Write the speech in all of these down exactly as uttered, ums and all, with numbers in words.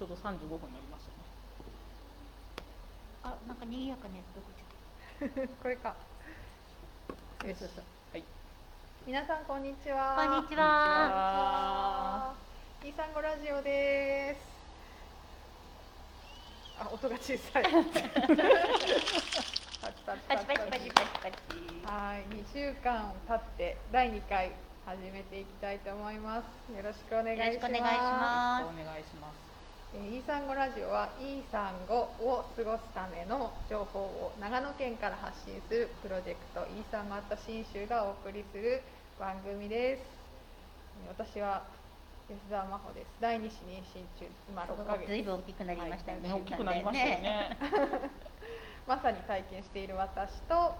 ょうどさんじゅうごふんになりましたね。 あ、なんか賑やかなやつどこ行っちゃったこれか。 そうそうそう。 はい。 皆さんこんにちは。 こんにちは。 イーサンゴラジオです。あ、音が小さい。パチパチパチパチパチパチパチ。 はい、にしゅうかん経ってだいにかい始めていきたいと思います。よろしくお願いします。 よろしくお願いします。 お願いします。 イーサンゴラジオはイーサンゴを過ごすための情報を長野県から発信するプロジェクトイーサンゴアット信州がお送りする番組です。私は吉澤真帆です。だいに子妊娠中、今ろっかげつ。 ずいぶん大きくなりましたよね。 大きくなりましたよね。 まさに体験している私と、 はい、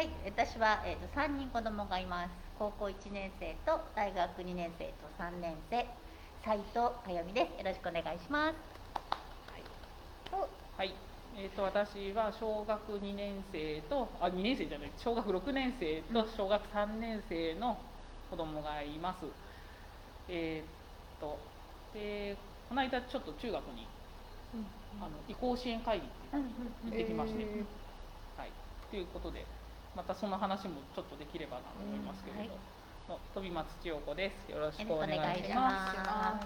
私は、えー、とさんにん子供がいます。高校いちねん生と大学にねん生とさんねん生、斉藤かよみです。よろしくお願いします。 はい、とはい、えー、と私は小学にねん生とあにねん生じゃない小学ろくねん生と小学さんねん生の子供がいます。えー、とでこの間ちょっと中学に、うん、あの移行支援会議っていうのに行ってきまして、えー、はい、ということでまたその話もちょっとできればなと思いますけれど、うん、はい、飛松千代子です。よろしくお願いします。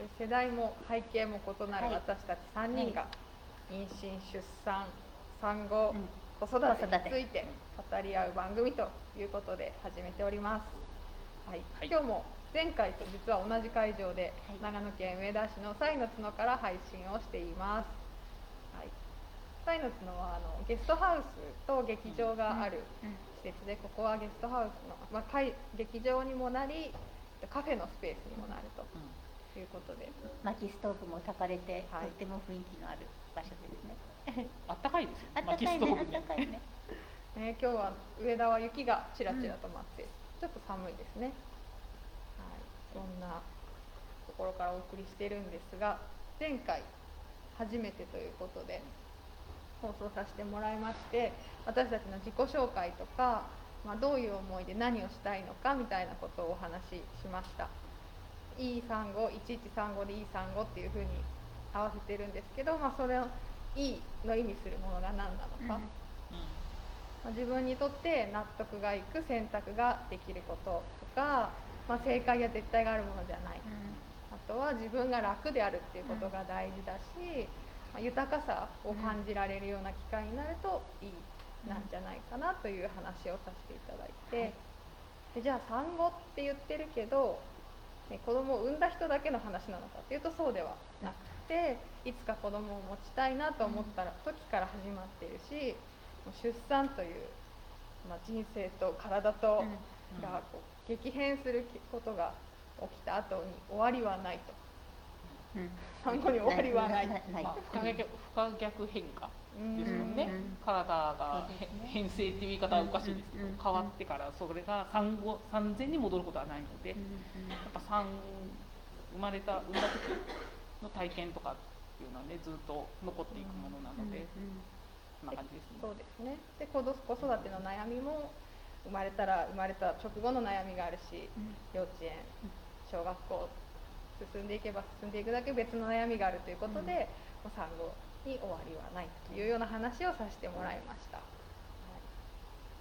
世代も背景も異なる私たちさんにんが妊娠、出産、産後、うん、子育てについて語り合う番組ということで始めております。はい、はい、今日も前回と実は同じ会場で、はい、長野県上田市の彩の角から配信をしています。はい、彩の角はあのゲストハウスと劇場がある施設で、ここはゲストハウスの、まあ、劇場にもなりカフェのスペースにもなると。うんということで、 薪ストーブも焚かれて、はい、とっても雰囲気のある場所ですね。 あったかいですよ。 あったかいね、あったかいね。 ね、今日は上田は雪がちらちらと舞って、うん、ちょっと寒いですね。はい、そんなところからお送りしているんですが、前回初めてということで放送させてもらいまして、私たちの自己紹介とか、まあ、どういう思いで何をしたいのかみたいなことをお話ししました。イーサンゴ、いちいちさんごでイーサンゴっていうふうに合わせてるんですけど、まあ、それを E の意味するものが何なのか、うん、まあ、自分にとって納得がいく選択ができることとか、まあ、正解や絶対があるものではない、うん、あとは自分が楽であるっていうことが大事だし、まあ、豊かさを感じられるような機会になるといいなんじゃないかなという話をさせていただいて、でじゃあ産後って言ってるけど子供を産んだ人だけの話なのかというとそうではなくて、いつか子供を持ちたいなと思った時から始まっているし、出産という、まあ、人生と体とがこう激変することが起きた後に終わりはないと、うん、産後に終わりはない、まあ、不可逆、不可逆変化ですもんね。体が変性っていう言い方はおかしいですけど、変わってからそれが産後産前に戻ることはないので、やっぱ産生まれた産んだ時の体験とかっていうのはねずっと残っていくものなので、そんな感じですね。 そうですね。で子育ての悩みも生まれたら生まれた直後の悩みがあるし、幼稚園、小学校進んでいけば進んでいくだけ別の悩みがあるということで、うん、産後に終わりはないというような話をさせてもらいました。はい、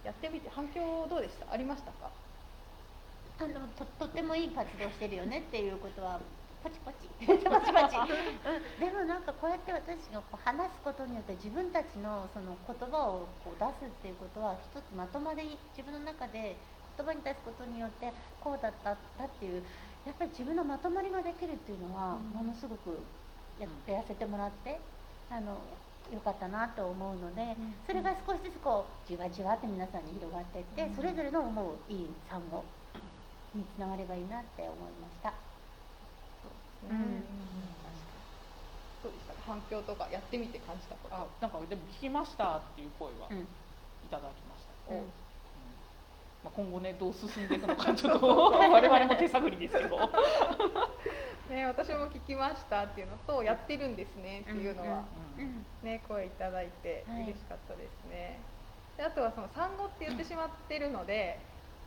やってみて反響どうでした？ありましたか？ あの と, とてもいい活動してるよねっていうことはパチパチパチパチ、うん、でもなんかこうやって私がこう話すことによって自分たちのその言葉をこう出すっていうことは一つまとまり自分の中で言葉に出すことによってこうだったったっていうやっぱり自分のまとまりができるっていうのはものすごくやってやらせてもらってあのよかったなと思うので、それが少しずつこうじわじわって皆さんに広がっていってそれぞれの思ういい産後につながればいいなって思いました。 うん、そうでしたか。反響とかやってみて感じたこと。 あ、なんかでも聞きましたっていう声はいただきました。うんうん、まあ、今後ねどう進んでいくのかちょっと我々も手探りですけどね、私も聞きましたっていうのとやってるんですねっていうのは、ね、声いただいて嬉しかったですね。であとはその産後って言ってしまってるので、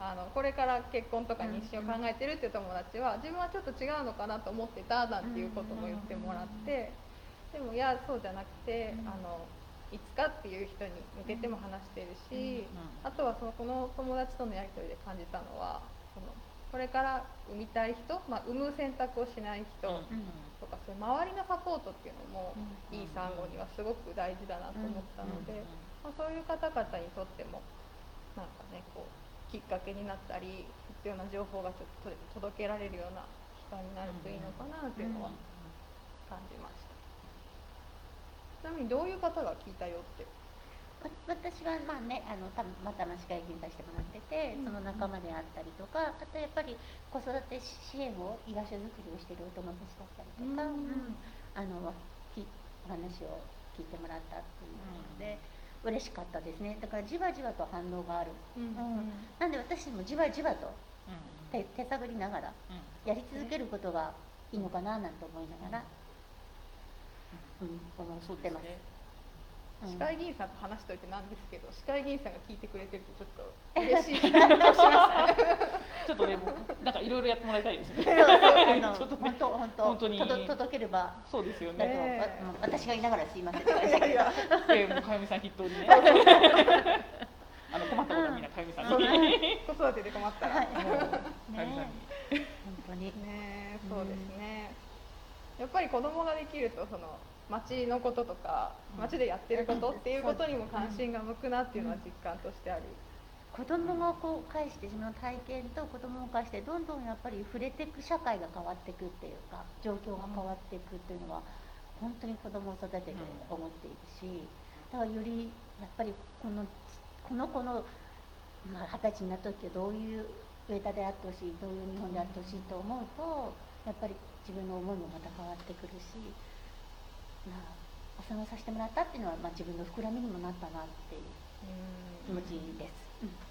あのこれから結婚とか妊娠を考えてるっていう友達は自分はちょっと違うのかなと思ってたなんていうことも言ってもらって、でもいやそうじゃなくて、あのいつかっていう人に向けても話してるし、あとはそのこの友達とのやり取りで感じたのは、そのこれから産みたい人、まあ、産む選択をしない人とか、そういう周りのサポートっていうのもいい産後にはすごく大事だなと思ったので、まあ、そういう方々にとってもなんかねこうきっかけになったり、必要な情報がちょっと届けられるような機会になるといいのかなというのは感じました。ちなみにどういう方が聞いたよって？ 私はまあね、あのたまたま司会議員させてもらってて、その仲間であったりとか、あとやっぱり子育て支援を居場所づくりをしているお友達だったりとか、うん、あのきお話を聞いてもらったっていうので、うん、嬉しかったですね。だからじわじわと反応がある、うんうん、なんで私もじわじわと手、手探りながらやり続けることがいいのかななんて思いながら、うん、思ってます。 市会議員さんと話しておいてなんですけど、市会議員さんが聞いてくれてるとちょっと嬉しい気がしましたちょっとね、もうなんかいろいろやってもらいたいですね。 そうそう、あのちょっと本当本当本当に届ければ。 そうですよね。 私がいながらすいません。 いやいや、 えー、もうかよみさん筆頭にね。あの困ったことはみんなかよみさんに。 子育てで困ったら。かよみさんに。 本当に。 ね、そうですね。やっぱり子供ができるとその。町のこととか町でやってることっていうことにも関心が向くなっていうのは実感としてあり、 子供をこう介して自分の体験と子供を介してどんどんやっぱり触れていく社会が変わっていくっていうか状況が変わっていくっていうのは本当に子供を育てて思っているし、だからよりやっぱりこのこの子の二十歳になった時はどういう上田であってほしい、どういう日本であってほしいと思うとやっぱり自分の思いもまた変わってくるし。まあ、お産をさせてもらったっていうのは、まあ、自分の膨らみにもなったなっていう気持ちです。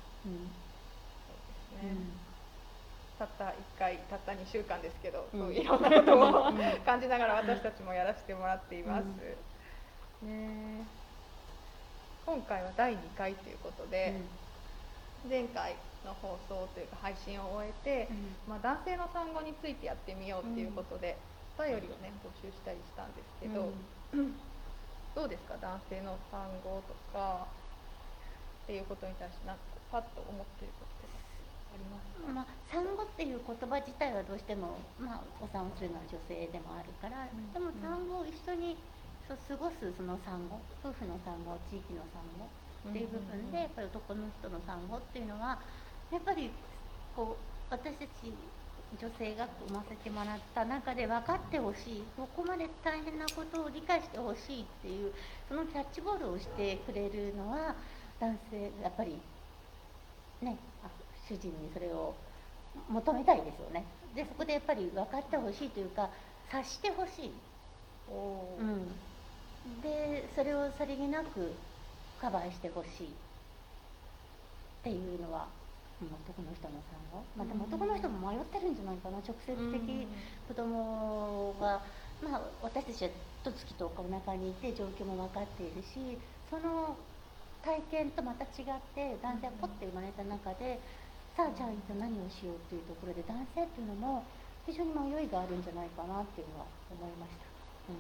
たったいっかい、たったにしゅうかんですけど、うん、そういろんなことを感じながら私たちもやらせてもらっています。うんね、今回はだいにかいということで、うん、前回の放送というか配信を終えて、うんまあ、男性の産後についてやってみようということで、うんお便りをね募集したりしたんですけど、うん、どうですか男性の産後とかっていうことに対してなんかパッと思っていることってありますか？ まあ、産後っていう言葉自体はどうしても、まあ、お産をするのは女性でもあるから、うん、でも産後を一緒にそう過ごすその産後夫婦の産後地域の産後っていう部分でやっぱり男の人の産後っていうのはやっぱりこう私たち女性が産ませてもらった中で分かってほしい、ここまで大変なことを理解してほしいっていうそのキャッチボールをしてくれるのは男性やっぱりね主人にそれを求めたいですよね。でそこでやっぱり分かってほしいというか察してほしい、うん、でそれをさりげなくカバーしてほしいっていうのは男の人の産後、まあ、でも男の人も迷ってるんじゃないかな。直接的子供が、まあ、私たちは一月とおかお腹にいて状況も分かっているしその体験とまた違って男性がポッて生まれた中でさあじゃあいつ何をしようっていうところで男性っていうのも非常に迷いがあるんじゃないかなっていうのは思いました。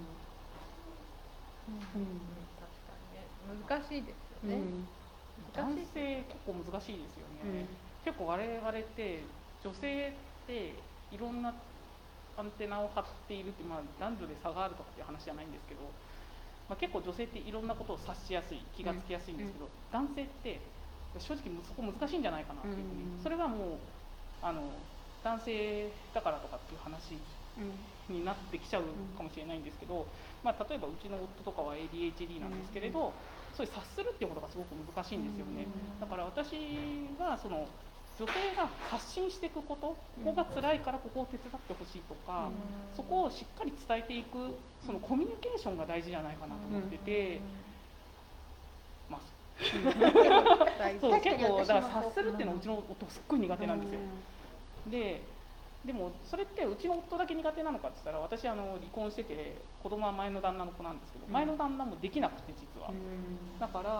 うんうんうん、確かにね難しいですよね、うん、 男性結構難しいですよね、うん結構我々って女性っていろんなアンテナを張っているって、まあ、男女で差があるとかっていう話じゃないんですけど、まあ、結構女性っていろんなことを察しやすい気がつきやすいんですけど、うん、男性って正直そこ難しいんじゃないかなっていうふうに、うん、それはもうあの男性だからとかっていう話になってきちゃうかもしれないんですけど、まあ、例えばうちの夫とかは エーディーエイチディー なんですけれど、そういう察するっていうことがすごく難しいんですよね。だから私はその女性が発信していくこと、ここが辛いからここを手伝ってほしいとか、そこをしっかり伝えていくそのコミュニケーションが大事じゃないかなと思ってて、まあそう結構だから察するっていうのはうちの夫すっごい苦手なんですよ。ででもそれってうちの夫だけ苦手なのかって言ったら私あの離婚してて子供は前の旦那の子なんですけど、前の旦那もできなくて実はだからそ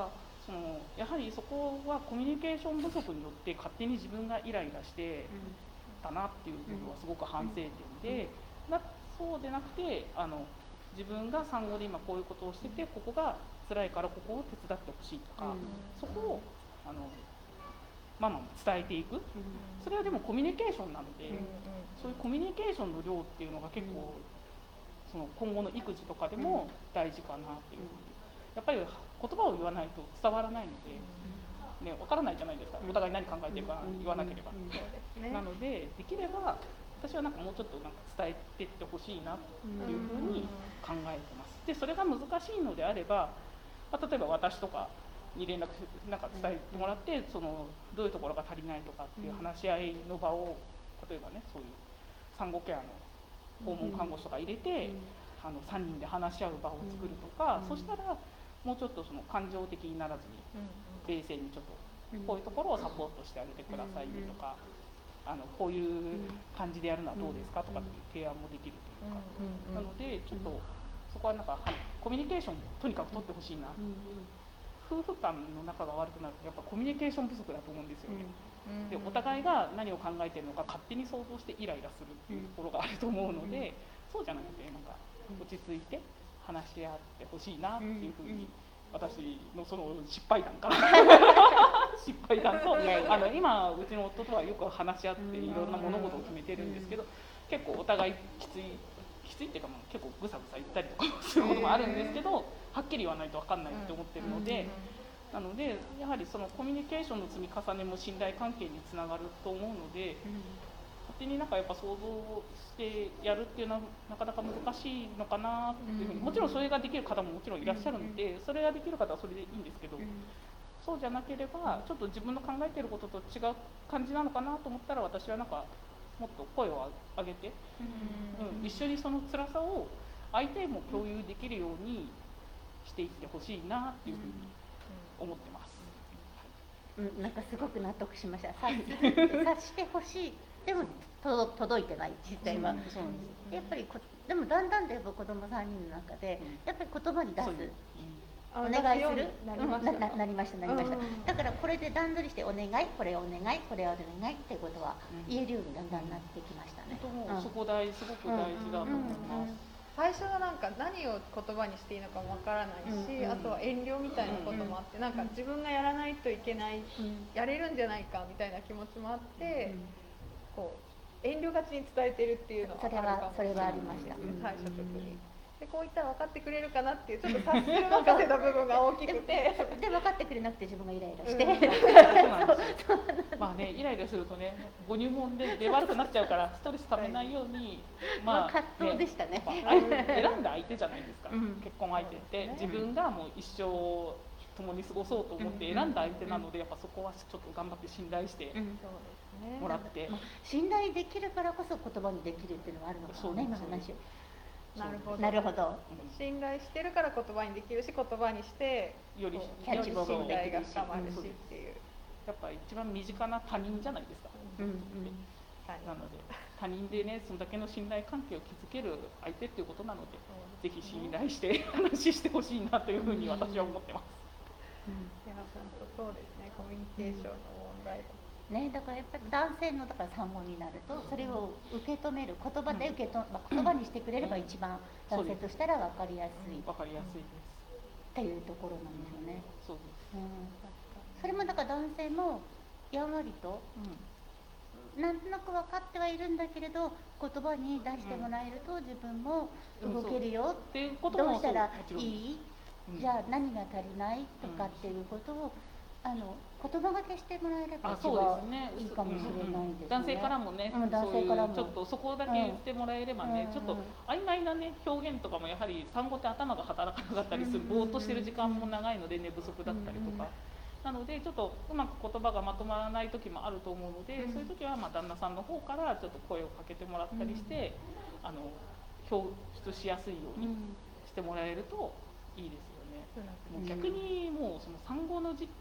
そのやはりそこはコミュニケーション不足によって勝手に自分がイライラしてたなっていう部分はすごく反省点で、なそうでなくてあの自分が産後で今こういうことをしててここが辛いからここを手伝ってほしいとか、そこをあのママも伝えていく、それはでもコミュニケーションなので、そういうコミュニケーションの量っていうのが結構その今後の育児とかでも大事かなっていう、やっぱり言葉を言わないと伝わらないので、ね、分からないじゃないですか、お互い何考えてるか言わなければ、なのでできれば私はなんかもうちょっとなんか伝えていってほしいなっていうふうに考えてます。でそれが難しいのであれば、まあ、例えば私とかに連絡なんか伝えてもらって、そのどういうところが足りないとかっていう話し合いの場を、例えばねそういう産後ケアの訪問看護師とか入れて、あのさんにんで話し合う場を作るとか、そしたらもうちょっとその感情的にならずに冷静にちょっとこういうところをサポートしてあげてくださいねとか、あのこういう感じでやるのはどうですかとかっていう提案もできるというか、なのでちょっとそこはなんかコミュニケーションをとにかく取ってほしいな、夫婦間の仲が悪くなるとやっぱコミュニケーション不足だと思うんですよね。でお互いが何を考えているのか勝手に想像してイライラするっていうところがあると思うので、そうじゃなくてなんか落ち着いて話し合ってほしいなっていうふうに、私のその失敗談から失敗談とあの今うちの夫とはよく話し合っていろんな物事を決めてるんですけど、結構お互いきついきついっていうかもう結構ぐさぐさ言ったりとかすることもあるんですけど、はっきり言わないと分かんないって思ってるので、なのでやはりそのコミュニケーションの積み重ねも信頼関係につながると思うので、勝手になんかやっぱ想像してやるっていうのはなかなか難しいのかなっていうふうに、もちろんそれができる方ももちろんいらっしゃるので、それができる方はそれでいいんですけど、そうじゃなければちょっと自分の考えてることと違う感じなのかなと思ったら、私はなんかもっと声を上げて、うん、一緒にその辛さを相手も共有できるようにしていってほしいなっていうふうに思ってます。 うん、なんかすごく納得しました。察してほしい。でも届いてない実際は。やっぱりこでもだんだんで子供さんにんの中でやっぱり言葉に出す。お願いするなりましたなりましたなりました。だからこれで段取りしてお願い、これお願い、これお願いってことは言えるようにだんだんなってきましたね。 そこ大すごく大事だと思います。 最初はなんか何を言葉にしていいのかもわからないし、うんうん、あとは遠慮みたいなこともあって、うんうん、なんか自分がやらないといけない、うん、やれるんじゃないかみたいな気持ちもあって、うん、こう遠慮がちに伝えてるっていうのはあるかもしれないですね、 それはそれはありました、うん、 最初特に。でこういったら分かってくれるかなっていうちょっと察する任せた部分が大きくてで分かってくれなくて自分がイライラして、 うん、まあねイライラするとねご入門で出悪くなっちゃうからストレスためないように、 まあ、葛藤でしたね、 まあ、選んだ相手じゃないですか、うん、結婚相手って自分がもう一生共に過ごそうと思って選んだ相手なので、やっぱそこはちょっと頑張って信頼してもらって、 うん、信頼できるからこそ言葉にできるっていうのがあるのかもね、今の話。 なるほど。 なるほど。 信頼してるから言葉にできるし、言葉にしてよりキャッチボール信頼が深まるしっていう。 やっぱり一番身近な他人じゃないですか。うんうん、なので他人でねそんだけの信頼関係を築ける相手っていうことなので、ぜひ信頼して話してほしいなというふうに私は思ってます。 うん、いや本当そうですね。コミュニケーションの問題。 ね、だからやっぱり男性のだから産後になるとそれを受け止める言葉で受けと、まあ、言葉にしてくれれば一番男性としたら分かりやすい、 分かりやすいですっていうところなんですよね。 そうです、 うん、それもだから男性もやんわりと、うん、なんとなく分かってはいるんだけれど言葉に出してもらえると自分も動けるよ、うん、どうしたらいい、うん、じゃあ何が足りないとかっていうことをあの言葉がけしてもらえれば一番いいかもしれないですね。 男性からもね、うん、そういうちょっとそこだけ言ってもらえればね、うん、ちょっと曖昧なね表現とかもやはり産後って頭が働かなかったりする、うん、ぼーっとしてる時間も長いので寝不足だったりとか、うん、なのでちょっとうまく言葉がまとまらない時もあると思うので、うん、そういう時はまあ旦那さんの方からちょっと声をかけてもらったりして、うん、あの表出しやすいようにしてもらえるといいですよね。うん、もう逆にもうその産後の時期 、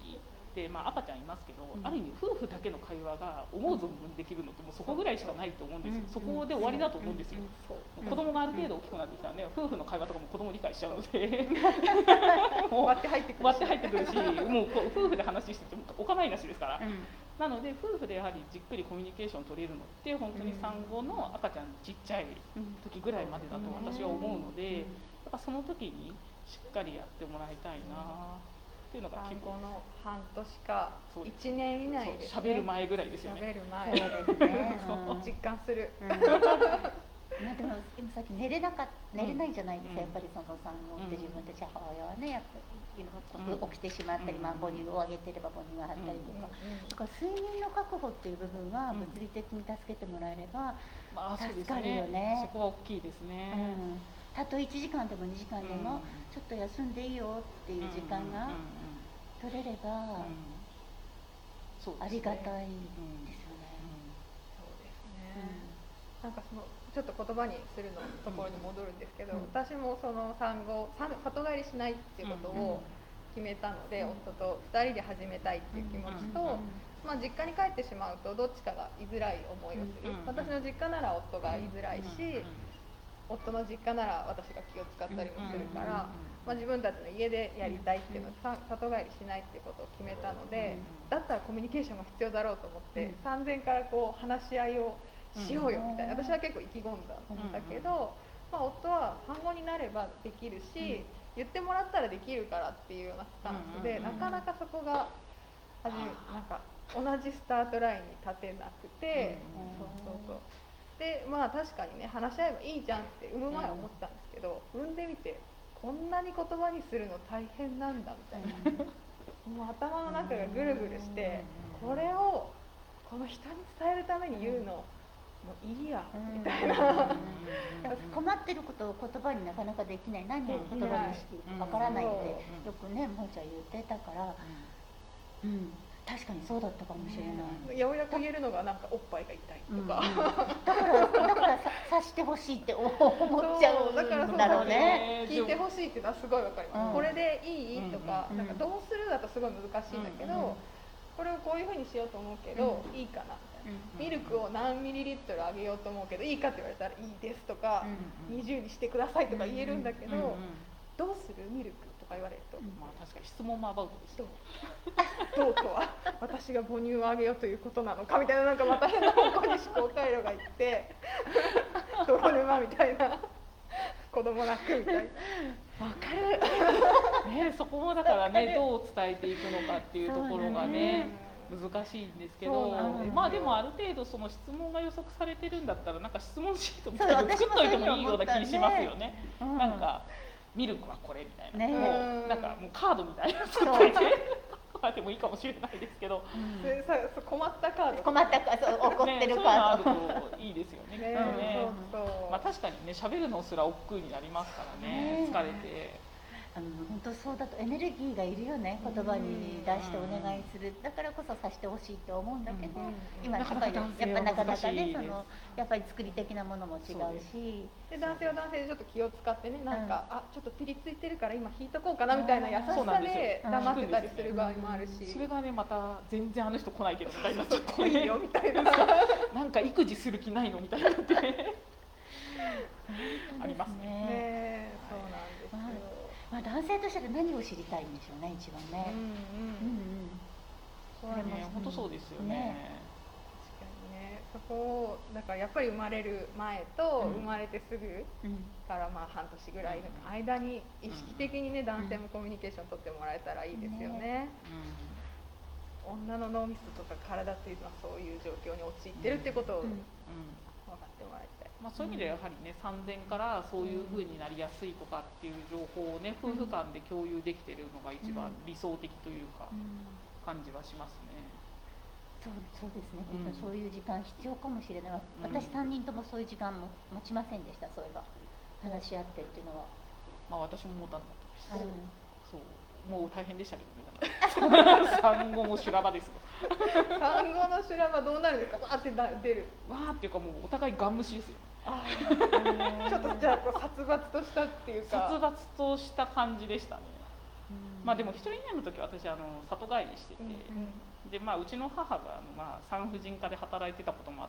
まあ、赤ちゃんいますけど、 うん、 ある意味夫婦だけの会話が思う存分できるのってもうそこぐらいしかないと思うんですよ、 うん、 そこで終わりだと思うんですよ、 そう子供がある程度大きくなってきたらね、夫婦の会話とかも子供理解しちゃうのでもう割って入ってくる割って入ってくるし、もうこう夫婦で話しててもお構いなしですから、 うん、 なので夫婦でやはりじっくりコミュニケーション取れるのって本当に産後の赤ちゃんちっちゃい時ぐらいまでだと私は思うので、やっぱその時にしっかりやってもらいたいなっていうのが産結構後の半年かそういちねん以内ですね。 喋る前ぐらいですよね。 喋る前そうですね、 そううん実感する。 うん、まあでも今さっき寝れなかっ寝れないじゃないですか、 うんやっぱりその産後って自分たち母親はね、やっぱりいろいろうん起きてしまったり、 うんまあ、母乳をあげてれば母乳が張ったりとか、だから睡眠の確保っていう部分は物理的に助けてもらえれば、 まあそうです助かるよねそこは大きいですね。 うん、たといちじかんでもにじかんでも、 うんちょっと休んでいいよっていう時間が取れれば、 うんうんうんうんそうですねありがたいうんですよね。 そうですうんね。なんかそのちょっと言葉にするのところに戻るんですけど、 うん私もその産後産里帰りしないっていうことを決めたので、 うん夫とふたりで始めたいっていう気持ちと、 うんうんまあ、実家に帰ってしまうとどっちかが居づらい思いをする、 うん私の実家なら夫が居づらいし、夫の実家なら私が気を使ったりもするから、まあ、自分たちの家でやりたいっていうのをさ里帰りしないっていうことを決めたので、だったらコミュニケーションが必要だろうと思って、 うん産前からこう話し合いをしようよみたいな、 うん私は結構意気込んだんだけど、まあ、夫は産後になればできるし、言ってもらったらできるからっていうようなスタンスで、 うんなかなかそこがはじめなんか同じスタートラインに立てなくて、 うんそうそうそうでまあ確かにね話し合えばいいじゃんって産む前は思ったんですけど、産んでみてこんなに言葉にするの大変なんだみたいな、もう頭の中がぐるぐるして、これをこの人に伝えるために言うの、もういいやみたいな、 だから困ってることを言葉になかなかできない、何を言葉にしてわからないってよくねもーちゃん言ってたから、うん、確かにそうだったかもしれない。 ようやく言えるのがなんかおっぱいが痛いとか、 うんうん、だからだからさ察してほしいって思っちゃそうだからうんだろうね。 聞いてほしいっていうのはすごいわかります、 うんこれでいいとか、 うんなんかどうするだとすごい難しいんだけど、 うんこれをこういうふうにしようと思うけど、いいかなみたいな、ミルクを何ミリリットルあげようと思うけどいいかって言われたらいいですとか、 うんにじゅうにしてくださいとか言えるんだけど、 うんうんどうするミルクとか言われると、 まあ確かに質問もアバウトですどよ。 うどうとは私が母乳をあげようということなのかみたいな、なんかまた変な方向に思考回路がいって泥沼みたいな、子供泣くみたいな。 わかる。ね、そこもだからね、どう伝えていくのかっていうところがね、難しいんですけそうどなんですよ、 まあでもある程度その質問が予測されてるんだったら、なんか質問シートみたいなのそう作っといてもいいような気しますよね。 うんなんかミルクはこれみたいな、 ねもうなんかもうカードみたいなの作っといて、まあでもいいかもしれないですけど、 うんでさそう困ったカード困ったかそう怒ってるね、 かそういうのあるといいですよね。 ね、 きっとねそうそう、 まあ確かにね、喋るのすら億劫になりますからね、 ね疲れて。 あの本当そうだとエネルギーがいるよね、言葉に出してお願いする、だからこそさしてほしいって思うんだけど、 うん今なかなか男性やっぱなかなかは難しいですねそのやっぱり作り的なものも違うし、 で男性は男性でちょっと気を使ってね、なんか、 うんあちょっとピリついてるから今引いとこうかなみたいな優しさそうなんですでよ黙ってたりする場合もあるし、 それがね、また全然あの人来ないけどみたいになっちゃって、 来いよみたいななんか育児する気ないのみたいになってありますね。 ねえ、そうなんですよ。 まあ、男性としては何を知りたいんでしょうね、一番ね。 うんうんうんうんそうだねね、本当そうですよね。 ね確かにね、そこをだからやっぱり生まれる前とうん生まれてすぐうんからまあ半年ぐらいの間に意識的にね、男性もコミュニケーション取ってもらえたらいいですよね。女の脳みそとか体っていうのはそういう状況に陥ってるってことを分うんかってもらいたい。 まあ、そういう意味ではやはりね、産前からそういう風になりやすいとかっていう情報をね、夫婦間で共有できてるのが一番理想的というかうん感じはしますね。 そうそうですね、 うんきっとそういう時間必要かもしれない、 うん私さんにんともそういう時間も持ちませんでした、そういえば話し合ってっていうのは、 まあ私も持たなかったです。 うんそう、もう大変でしたけどね。だから産後も修羅場ですよ。 産後の修羅場どうなるんですか？わーってな出る。 わーっていうかもうお互いガン無視ですよ。 あーちょっとじゃあこう殺伐としたっていうか。 殺伐とした感じでしたね。 まあでも一人目の時は私あの里帰りしてて、でまあうちの母があの、まあ、産婦人科で働いてたこともあって、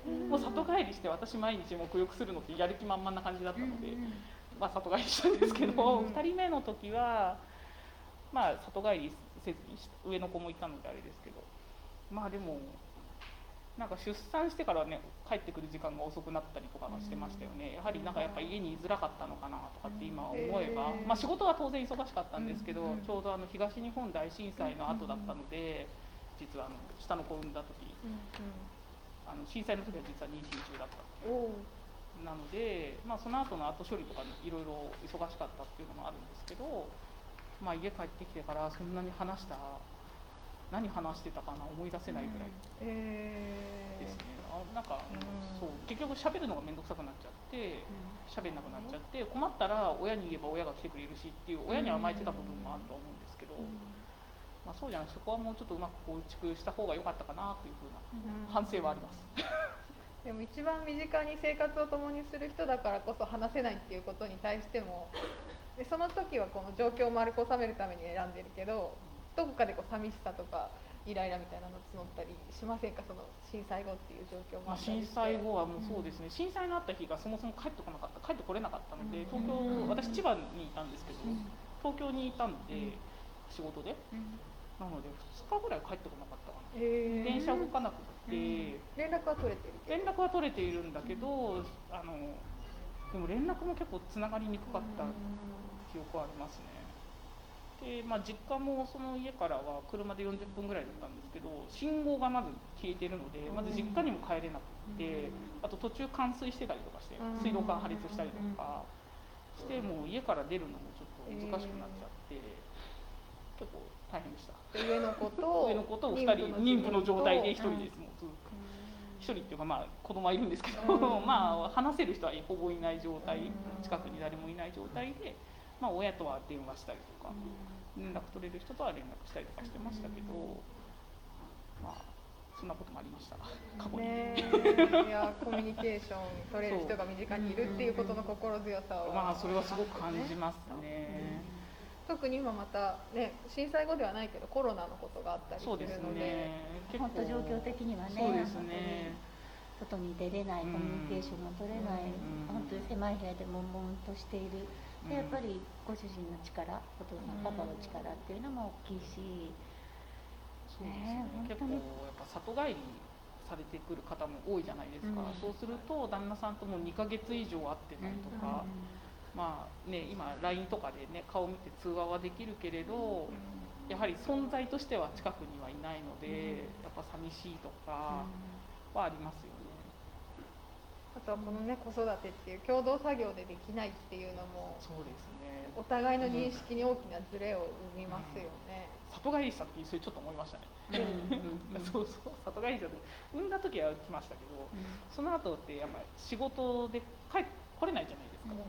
もう里帰りして私毎日沐浴するのってやる気満々な感じだったので、まあ里帰りしたんですけど、ふたりめの時はまあ里帰りせずに上の子もいたのであれですけど、まあでもなんか出産してからね帰ってくる時間が遅くなったりとかはしてましたよね。やはりなんかやっぱ家に居づらかったのかなとかって今思えば、まあ仕事は当然忙しかったんですけど、ちょうどあの東日本大震災の後だったので、実はあの下の子を産んだ時、あの震災の時は実は妊娠中だったなので、まあその後の後処理とかいろいろ忙しかったっていうのもあるんですけど、まあ家帰ってきてからそんなに話した何話してたかな思い出せないぐらいですね。あなんか、うん、そう結局喋るのが面倒くさくなっちゃって喋んなくなっちゃって、困ったら親に言えば親が来てくれるしっていう親に甘えてた部分もあると思うんですけど、まあ、そうじゃないそこはもうちょっとうまく構築した方が良かったかなというふうな反省はあります。 でも一番身近に生活を共にする人だからこそ話せないっていうことに対しても、でその時はこの状況を丸く収めるために選んでるけど、どこかでこう寂しさとかイライラみたいなの募ったりしませんか、その震災後っていう状況もあったりして。 まあ、震災後はもうそうですね、うん、震災のあった日がそもそも帰ってこなかった帰ってこれなかったので、東京、うん、私千葉にいたんですけど、うん、東京にいたので、うん、仕事で、うん、なのでふつかぐらい帰ってこなかったかな、えー、電車動かなくて、うん、 連絡は取れてる連絡は取れているんだけど、あのでも連絡も結構つながりにくかった記憶はありますね。でまあ、実家もその家からは車でよんじゅっぷんぐらいだったんですけど、信号がまず消えてるのでまず実家にも帰れなくて、あと途中冠水してたりとかして水道管破裂したりとかしてもう家から出るのもちょっと難しくなっちゃって結構大変でした。 上の子と上の子とふたり妊婦の状態でひとりです。もうずっとひとりっていうかまあ子供はいるんですけどまあ話せる人はほぼいない状態、近くに誰もいない状態で、まあ、親とは電話したりとか連絡取れる人とは連絡したりとかしてましたけど、まあそんなこともありました過去に、ね、 いやコミュニケーション取れる人が身近にいるっていうことの心強さを、 まあそれはすごく感じますね。 特に今またね震災後ではないけどコロナのことがあったりするので、そうですね、 本当状況的にはね、 そうですね、 外に出れない、コミュニケーションが取れない、本当に狭い部屋で悶々としている。でやっぱりご主人の力、お父さん、パパの力っていうのも大きいし、 そうですね、結構やっぱ里帰りされてくる方も多いじゃないですか、うん、そうすると旦那さんともにかげつ以上会ってないとか、うん、まあね今 ライン とかでね顔見て通話はできるけれど、やはり存在としては近くにはいないので、やっぱ寂しいとかはありますよね。 あとはこのね子育てっていう共同作業でできないっていうのも、 そうですね、 お互いの認識に大きなズレを生みますよね。 うん、里帰りしたってそれちょっと思いましたね。うん、そうそう里帰りしたって産んだ時は来ましたけど、うん、その後ってやっぱり仕事で帰来れないじゃないですか。うん、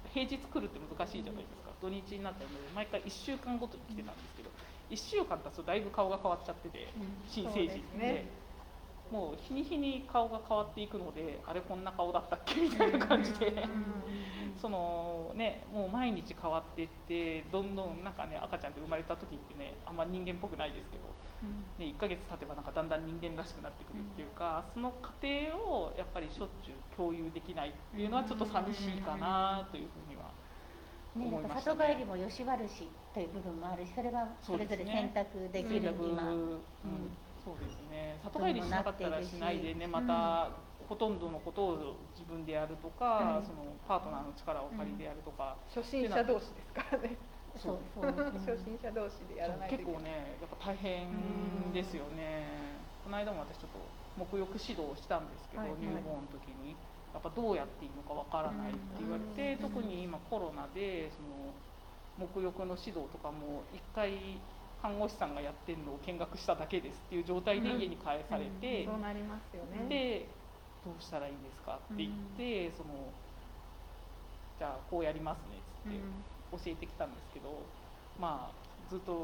平日来るって難しいじゃないですか。土日になったので毎回いっしゅうかんごとに来てたんですけど、いっしゅうかん経つとだいぶ顔が変わっちゃってて、新成人で。もう日に日に顔が変わっていくので、あれこんな顔だったっけみたいな感じでそのねもう毎日変わっていって、どんどんなんかね赤ちゃんって生まれた時ってねあんま人間っぽくないですけど、ね、いっかげつ経てばなんかだんだん人間らしくなってくるっていうか、その過程をやっぱりしょっちゅう共有できないっていうのはちょっと寂しいかなというふうには思いましたね。 里帰りもよし悪しという部分もあるし、それはそれぞれ選択できる今。 そうですね、里帰りしなかったらしないでね、またほとんどのことを自分でやるとか、うん、そのパートナーの力を借りてやるとか、 うん、初心者同士ですからね。 そうそう、 初心者同士でやらないといけない。 結構ねやっぱ大変ですよね。この間も私ちょっと沐浴指導をしたんですけど、はいはい、乳房の時にやっぱどうやっていいのかわからないって言われて、特に今コロナでその沐浴の指導とかも一回看護師さんがやってるのを見学しただけですっていう状態で家に帰されて、 そうなりますよね。 でどうしたらいいですかって言って、そのじゃあこうやりますねっつって教えてきたんですけど、まあずっと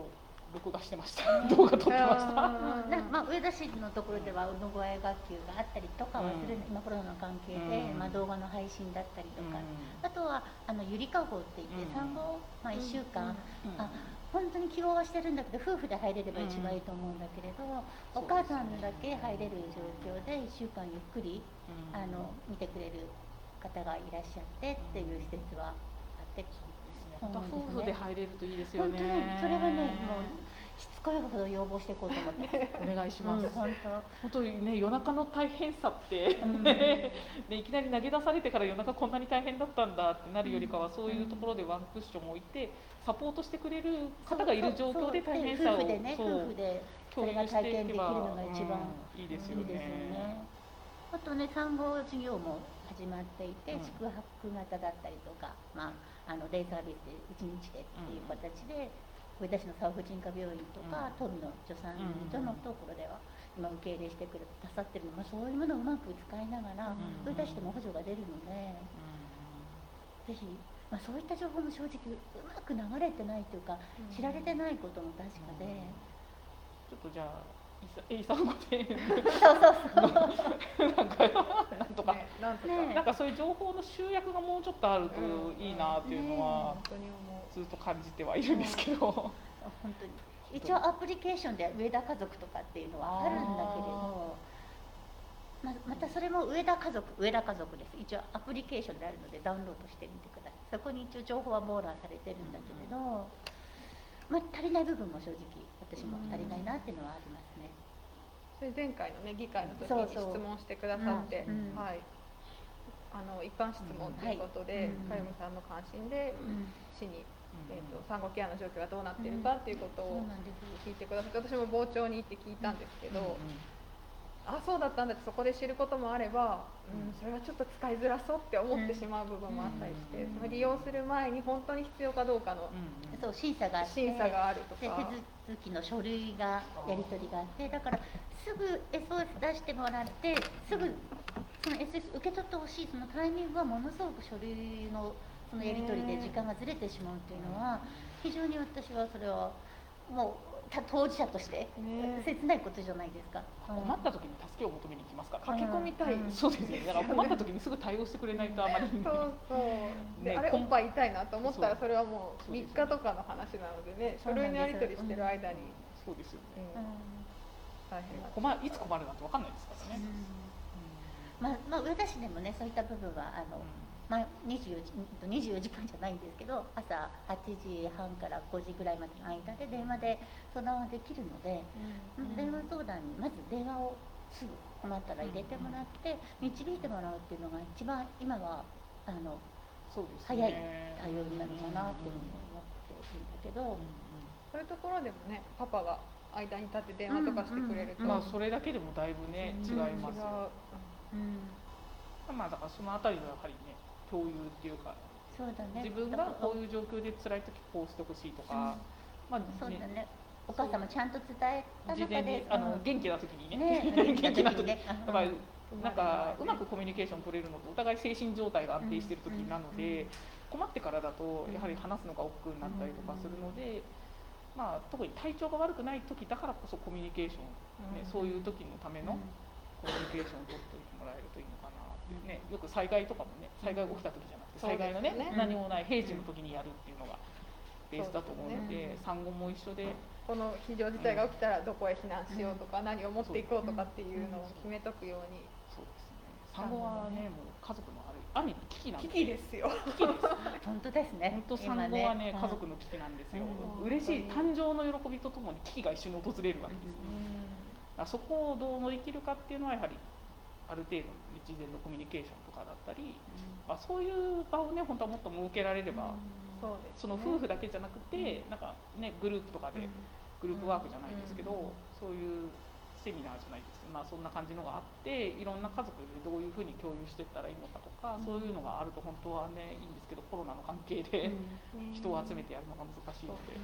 録画してました。動画撮ってました。 あーなまあ、上田市のところでは産声学級があったりとかはする、 うん今コロナの関係で、 うんまあ、動画の配信だったりとか、 うんあとはあのゆりかごって言ってうん産後、まあ、いっしゅうかん、 うんあ本当に希望はしてるんだけど夫婦で入れれば一番いいと思うんだけれど、お母さんだけ入れる状況でいっしゅうかんゆっくりうんあの見てくれる方がいらっしゃってっていう施設はあって、 また夫婦で入れるといいですよ本ね。 当にそれはねもうしつこいほど要望していこうと思ってお願いします。 うん本当本当にね、夜中の大変さって、 うんね、いきなり投げ出されてから夜中こんなに大変だったんだってなるよりかは、そういうところでワンクッションを置いてサポートしてくれる方がいる状況で大変さを夫婦でねそう夫婦でそ共れが有していけ体験できるのば、 が一番うんいいですよいいですよね。 ね。あとね産後授業も始まっていて、 うん宿泊型だったりとか、まあ、あのデイサービスでいちにちでっていう形で、上田市の産婦人科病院とか、 うん富の助産所のところでは今受け入れしてくださってるのが、そういうものをうまく使いながら、 うん上田市でも補助が出るので、ぜひ、まあ、そういった情報も正直うまく流れてないというか、 うん知られてないことも確かで、 ちょっとじゃあいさ A さんごでそうそうそうなんかなんとか、 ねなんとか、 ねなんかそういう情報の集約がもうちょっとあるといいなっていうのは本当に思う。 ずっと感じてはいるんですけど。 本当に一応アプリケーションで上田家族とかっていうのはあるんだけれど、ままたそれも上田家族上田家族です。一応アプリケーションであるのでダウンロードしてみてください。そこに一応情報は網羅されてるんだけれど、まあ、足りない部分も正直私も足りないなっていうのはありますね。 それ前回のね議会の時そうに質そう問してくださって、 うんうんはい、あの一般質問ということで、 うんかよみさんの関心でうん市に、えー、と産後ケアの状況がどうなっているかっていうことそうをなんですよ。 聞いてくださって、私も傍聴に行って聞いたんですけど、 うんうんあそうだったんだってそこで知ることもあれば、うん、それはちょっと使いづらそうって思ってしまう部分もあったりして、 うんその利用する前に本当に必要かどうかのうんうんそう審査があって審査があるとでか。 手続きの書類がやり取りがあって、だからすぐ エスオーエス 出してもらってすぐその エスエス 受け取ってほしいそのタイミングはものすごく書類のそのやり取りで時間がずれてしまうっていうのは非常に私はそれはもうた当事者としてね切ないことじゃないですか。 困った時に助けを求めに行きますから。 駆け込みたい、 うんそうですね。だから困った時にすぐ対応してくれないとあまりに。 そうそうで、 ねあれおっぱい痛いなと思ったらそうそれはもうみっそうですかとかの話なのでね、 そうなんです書類のやり取りしてる間に、 そうですよね。 うん大変だ。 困いつ困るなんてわかんないですからね。 まあ、まあ上田市でもねそういった部分はあの、まあ、にじゅうよじ、にじゅうよじかんじゃないんですけど朝はちじはんからごじぐらいまでの間で電話で相談はできるので、 うん電話相談にまず電話をすぐ困ったら入れてもらって導いてもらうっていうのが一番今はあのそうです早いね。 対応になるかなっていうふうに思っているんだけど、 そういうところでもね、パパが間に立って電話とかしてくれると、 うんまあそれだけでもだいぶね違いますよ。 うん、 まあだからそのあたりのやはりね共有っていうかそうだね自分がこういう状況で辛い時こうしてほしいとか、まあそうだねお母様ちゃんと伝えた事中で前にあのうん元気な時にねね元気な時にねやっぱりなんかうまくコミュニケーション取れるのとお互い精神状態が安定している時なので、困ってからだとやはり話すのが億劫になったりとかするので、まあ、特に体調が悪くない時だからこそコミュニケーション、ねうんそういう時のためのコミュニケーションを取っておいてもらえるといいのかなっていうね、よく災害とかもね災害が起きた時じゃなくてそうですね災害のねうん何もない平時の時にやるっていうのがベースだと思うので、産後も一緒で。 この非常事態が起きたらどこへ避難しようとか、何を持っていこうとかっていうのを決めとくように。 そうですね。産後はね、もう家族のある、ある意味危機なん危で。 機ですよ。 危機です。 本当ですね本当産後はね、 今家族の危機なんですよ。 うん嬉しい誕生の喜びとともに危機が一緒に訪れるわけですね。だからそこをどう乗り切るかっていうのはやはりある程度事前のコミュニケーションとかだったり、まあ、そういう場をね本当はもっと設けられれば、 そうですねその夫婦だけじゃなくて、なんかねグループとかでグループワークじゃないですけど、 うんそういうセミナーじゃないですけど、まあ、そんな感じのがあっていろんな家族でどういうふうに共有していったらいいのかとか、 うんそういうのがあると本当はねいいんですけどコロナの関係で、人を集めてやるのが難しいので。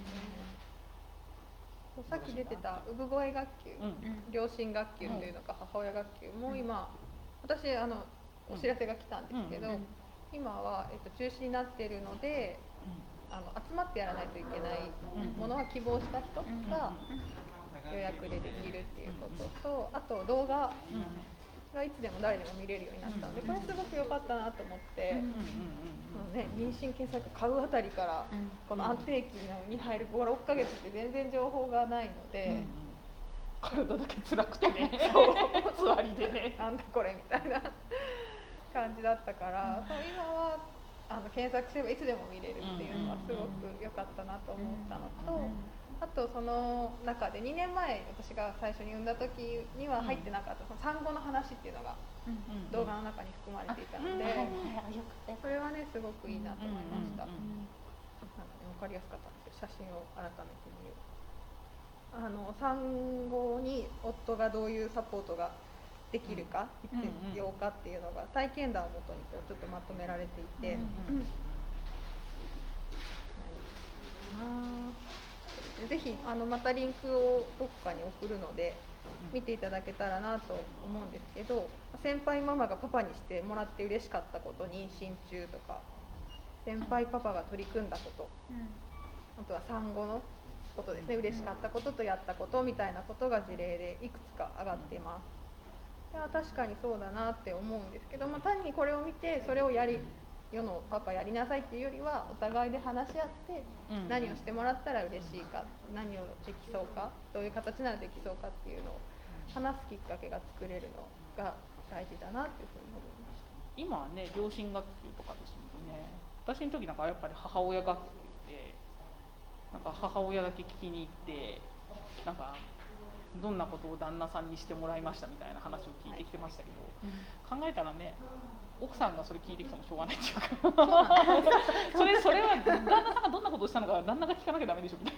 さっき出てた産声学級、 うん両親学級というのか母親学級も今、私あのお知らせが来たんですけど、 うん今は、えっと、中止になっているので、 あの集まってやらないといけないものは希望した人が予約でできるっていうことと、あと動画がいつでも誰でも見れるようになったので、これすごく良かったなと思って、そのね、妊娠検索買うあたりからこの安定期に入るご、ろっかげつって全然情報がないので、 体だけ辛くてね座りでねなんだこれみたいな感じだったから、そう今はあの検索すればいつでも見れるっていうのはすごく良かったなと思ったのと、あとその中でにねんまえ私が最初に産んだ時には入ってなかったその産後の話っていうのが動画の中に含まれていたので、それはねすごくいいなと思いました。なんかね、分かりやすかったんですけど、写真を改めて見る。あの産後に夫がどういうサポートができるか、必要かっていうのが体験談をもとにこうちょっとまとめられていて、ぜひあのまたリンクをどこかに送るので見ていただけたらなと思うんですけど、先輩ママがパパにしてもらって嬉しかったこと、妊娠中とか先輩パパが取り組んだこと、あとは産後のことですね、嬉しかったこととやったことみたいなことが事例でいくつか上がっています。いや確かにそうだなって思うんですけど、まあ、単にこれを見てそれをやり世のパパやりなさいっていうよりは、お互いで話し合って何をしてもらったら嬉しいか、何をできそうか、どういう形ならできそうかっていうのを話すきっかけが作れるのが大事だなっていうふうに思いました。 今はね、両親学級とかですもんね。私の時なんかやっぱり母親学級で、なんか母親だけ聞きに行って、なんかどんなことを旦那さんにしてもらいましたみたいな話を聞いてきてましたけど、考えたらね、奥さんがそれ聞いてきてもしょうがないっていうかそれそれは旦那さんがどんなことをしたのか旦那が聞かなきゃダメでしょみたい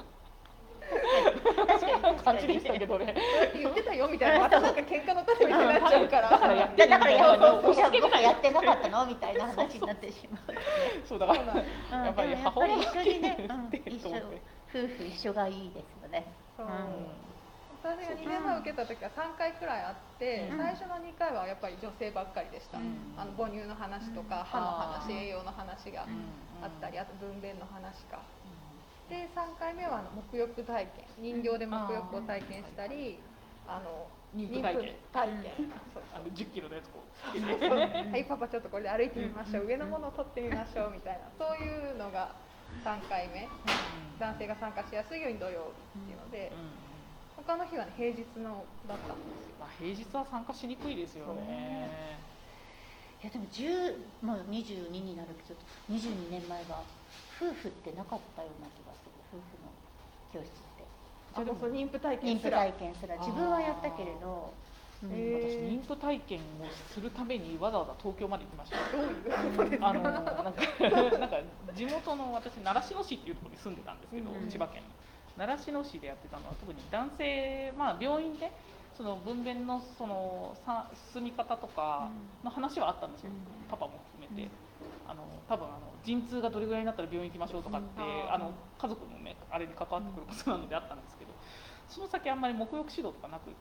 な感じでしたけどね。 言ってたよみたいな、またなんか喧嘩の種みたいになっちゃうから、 だからやってなかったのみたいな話になってしまう。 そうだからやっぱり母親が一緒にね、一緒夫婦一緒がいいですよね。 私がにねんまえ受けた時はさんかいくらいあって、最初のにかいはやっぱり女性ばっかりでした。あの母乳の話とか歯の話、栄養の話があったり、あと分娩の話か。でさんかいめは沐浴体験、人形で沐浴を体験したり、あの妊婦体験、 体験あのじゅっキロのやつこうつけてはいパパちょっとこれで歩いてみましょう、上のものを取ってみましょうみたいな、そういうのがさんかいめ、男性が参加しやすいように土曜日っていうので、他の日は、ね、平日のだったんですよ。 まあ、平日は参加しにくいですよね。 いやでもじゅう、もうにじゅうにになるけどにじゅうにねんまえは夫婦ってなかったような気がする。夫婦の教室って。 あ、でもその妊婦体験妊婦体験すら自分はやったけれど、 うん、私妊婦体験をするためにわざわざ東京まで行きました。 どういうことですか？ あのなんかなんか地元の私習志野市っていうところに住んでたんですけど、うん、千葉県の習志野市でやってたのは特に男性、まあ、病院でその分娩のそのさ進み方とかの話はあったんですよ、うん、パパも含めて。あの多分あの陣痛がどれぐらいになったら病院行きましょうとかって、うん、あの家族のねあれに関わってくることなのであったんですけど、その先あんまり沐浴指導とかなくって、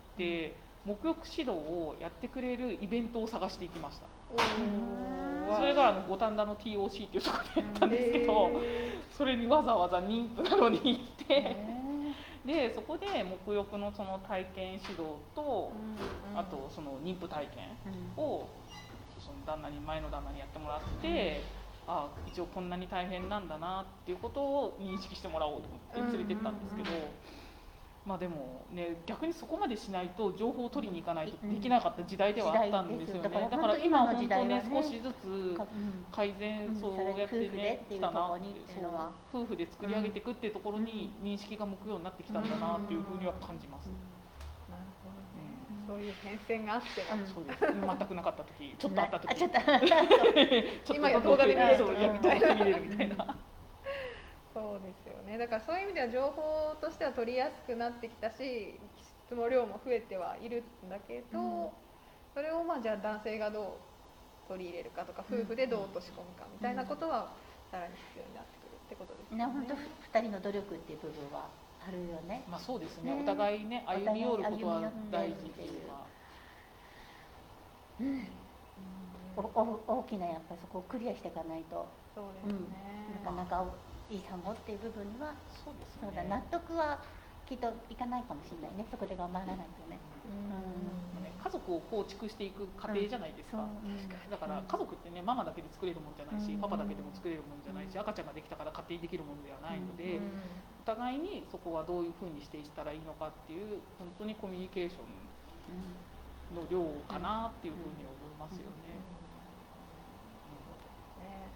うん、沐浴指導をやってくれるイベントを探していきました。それがあの五反田の ティーオーシー っていうところでやったんですけど、それにわざわざ妊婦なのに行ってでそこで沐浴のその体験指導と、あとその妊婦体験をその旦那に前の旦那にやってもらって、ああ一応こんなに大変なんだなっていうことを認識してもらおうと思って連れてったんですけど、まあでもね逆にそこまでしないと情報を取りに行かないとできなかった時代ではあったんですよね。だから今本当ね少しずつ改善そうやってねきたなって、夫婦で作り上げていくっていうところに認識が向くようになってきたんだなっていうふうには感じます。 なるほどね。そういう変遷があって、 そうです。全くなかった時、ちょっとあった時、 ちょっと今や動画で見れる見れるみたいな。 そうですよね。だからそういう意味では情報としては取りやすくなってきたし、質の量も増えてはいるんだけど、うん、それをまあじゃあ男性がどう取り入れるかとか、夫婦でどう落とし込むかみたいなことはさらに必要になってくるってことですね。 本当ふたりの努力っていう部分はあるよね。 まあそうですね。ね、お互いね歩み寄ることは大事っていうか。 うん、おお大きなやっぱりそこをクリアしていかないと、 そうですね、 うん、なかなかいい産後っていう部分にはそうですね。 そうだ納得はきっといかないかもしれないね、そこで頑張らないとね。 うんね家族を構築していく過程じゃないですか、 うんそうだから家族ってねママだけで作れるもんじゃないし、 うんパパだけでも作れるもんじゃないし、赤ちゃんができたから勝手にできるものではないので、 うんお互いにそこはどういうふうにしていったらいいのかっていう本当にコミュニケーションの量かなっていうふうに思いますよね。 ね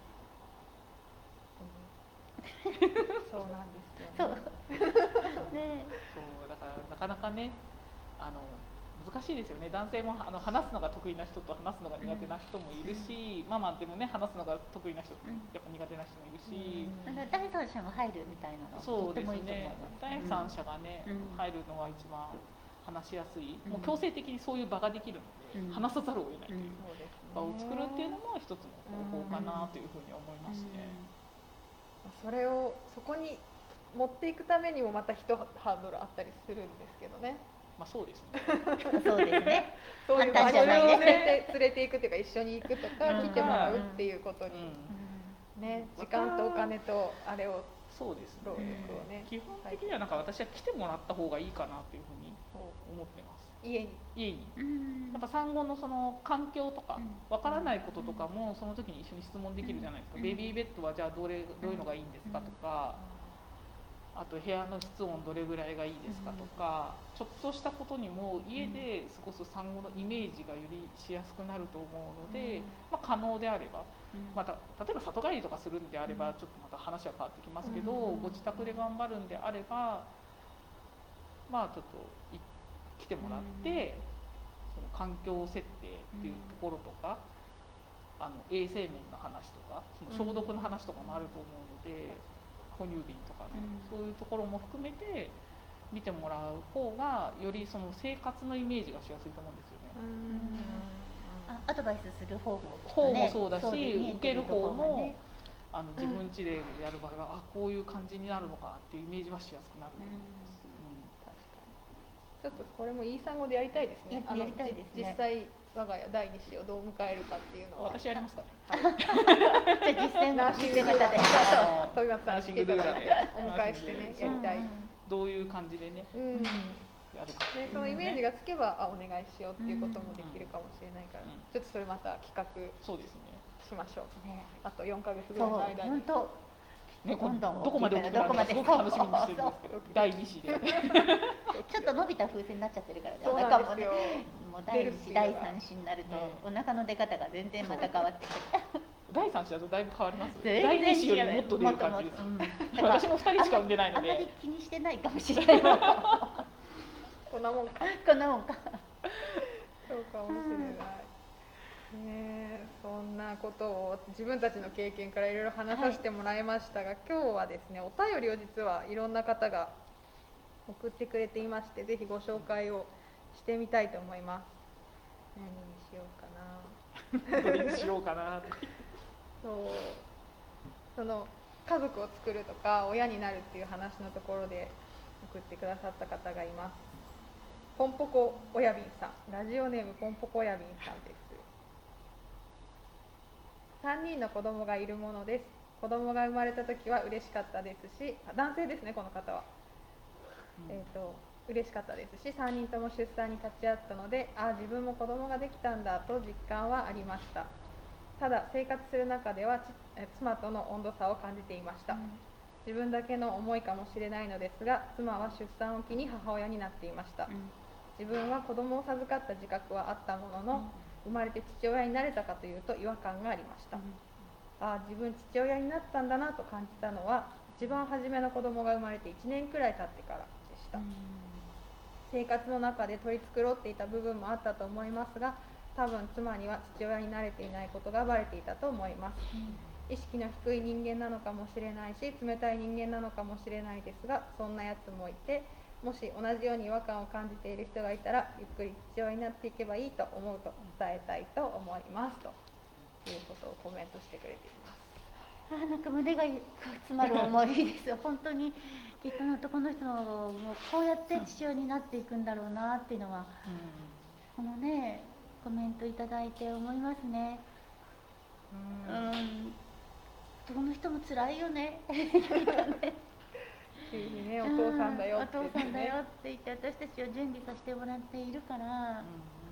そうなんですよね。 そうねそうだからなかなかねあの難しいですよね。男性もあの話すのが得意な人と話すのが苦手な人もいるし、ママでもね話すのが得意な人とやっぱ苦手な人もいるし、 だから第三者が入るみたいなのそうですとってもいいと思いねます。 第三者がね、 うん入るのは一番話しやすい、 うんもう強制的にそういう場ができるので、 うん話さざるを得ないというそうですね場を作るっていうのも一つの方法かなというふうに思いますね。 それをそこに持っていくためにもまた一ハードルあったりするんですけどね。 まあそうですね。 そうですね。 そういう簡単じゃないねそれを連れて連れていくというか一緒に行くとかうん来てもらうっていうことにうんね、時間とお金とあれをそうですね労力をね、 基本的にはなんか私は来てもらった方がいいかなというふうに思ってます。 家に家にうんやっぱ産後のその環境とかうんわからないこととかもその時に一緒に質問できるじゃないですか、 うんベビーベッドはじゃあどれどういうのがいいんですかとか、あと部屋の室温どれぐらいがいいですかとか、ちょっとしたことにも家で過ごす産後のイメージがよりしやすくなると思うので、まあ、可能であればまた例えば里帰りとかするんであればちょっとまた話は変わってきますけど、 うんご自宅で頑張るんであればまあちょっとい来てもらって、その環境設定っていうところとか、あの衛生面の話とかその消毒の話とかもあると思うので、哺乳瓶とかね、 うんそういうところも含めて見てもらう方がよりその生活のイメージがしやすいと思うんですよね。 あアドバイスする方も、 方もそうだし、 で見え受けるてとこ方も、 ろがねあの自分家でやる場合は、あこういう感じになるのかっていうイメージはしやすくなると思います。 確かにちょっとこれもいい産後でやりたいですね。 ややりたいですねじ実際我が家第二子をどう迎えるかっていうのは私やりますかね。 じゃあ実践ナーシング実践型であ富松さん来ていただいてお迎えしてねやりたい。 どういう感じでね、 うん。でやるか。 そのイメージがつけばあお願いしようっていうこともできるかもしれないから、 うんちょっとそれまた企画そうですね。 しましょう。 ねあとよんかげつぐそうらいの間に本。当ね、 どんどんどこまで大きくなるかすごく楽しみにしてるんですけど、だいに子で。 ちょっと伸びた風船になっちゃってるからね、 そうおなんですよ腹もね。もう第二子第三子になると、 ねお腹の出方が全然また変わってくる。 だいさん子だとだいぶ変わります。 全だいに子よ然違うりもっと出る感じです。 もっともっとうん私もふたりしか産んでないのあんまりで。 気にしてないかもしれない。 こんなもんか。 こんなもんか。 そうかもしれない。ねえ、そんなことを自分たちの経験からいろいろ話させてもらいましたが、今日はですねお便りを実はいろんな方が送ってくれていまして、ぜひご紹介をしてみたいと思います。何にしようかな。 どれにしようかな。 そうその家族を作るとか親になるっていう話のところで送ってくださった方がいます。ポンポコ親瓶さん、ラジオネームポンポコ親瓶さんです。さんにんの子供がいるものです。子供が生まれた時は嬉しかったですし、あ男性ですねこの方は。えー、と嬉しかったですし、さんにんとも出産に立ち会ったので、ああ自分も子供ができたんだと実感はありました。ただ生活する中ではちえ妻との温度差を感じていました。自分だけの思いかもしれないのですが、妻は出産を機に母親になっていました。自分は子供を授かった自覚はあったものの、生まれて父親になれたかというと違和感がありました。ああ自分父親になったんだなと感じたのは、一番初めの子供が生まれていちねんくらい経ってからでした。生活の中で取り繕っていた部分もあったと思いますが、多分妻には父親になれていないことがバレていたと思います。意識の低い人間なのかもしれないし、冷たい人間なのかもしれないですが、そんなやつもいて、もし同じように違和感を感じている人がいたら、ゆっくり父親になっていけばいいと思うと伝えたいと思いますということをコメントしてくれています。 あーなんか胸が詰まる思いですよ。本当にきっと男の人もこうやって父親になっていくんだろうなっていうのは、このねコメントいただいて思いますね。うん、 当の人も辛いよね急にねお父さんだよって言ってお父さんだよね。 って言って私たちを準備させてもらっているから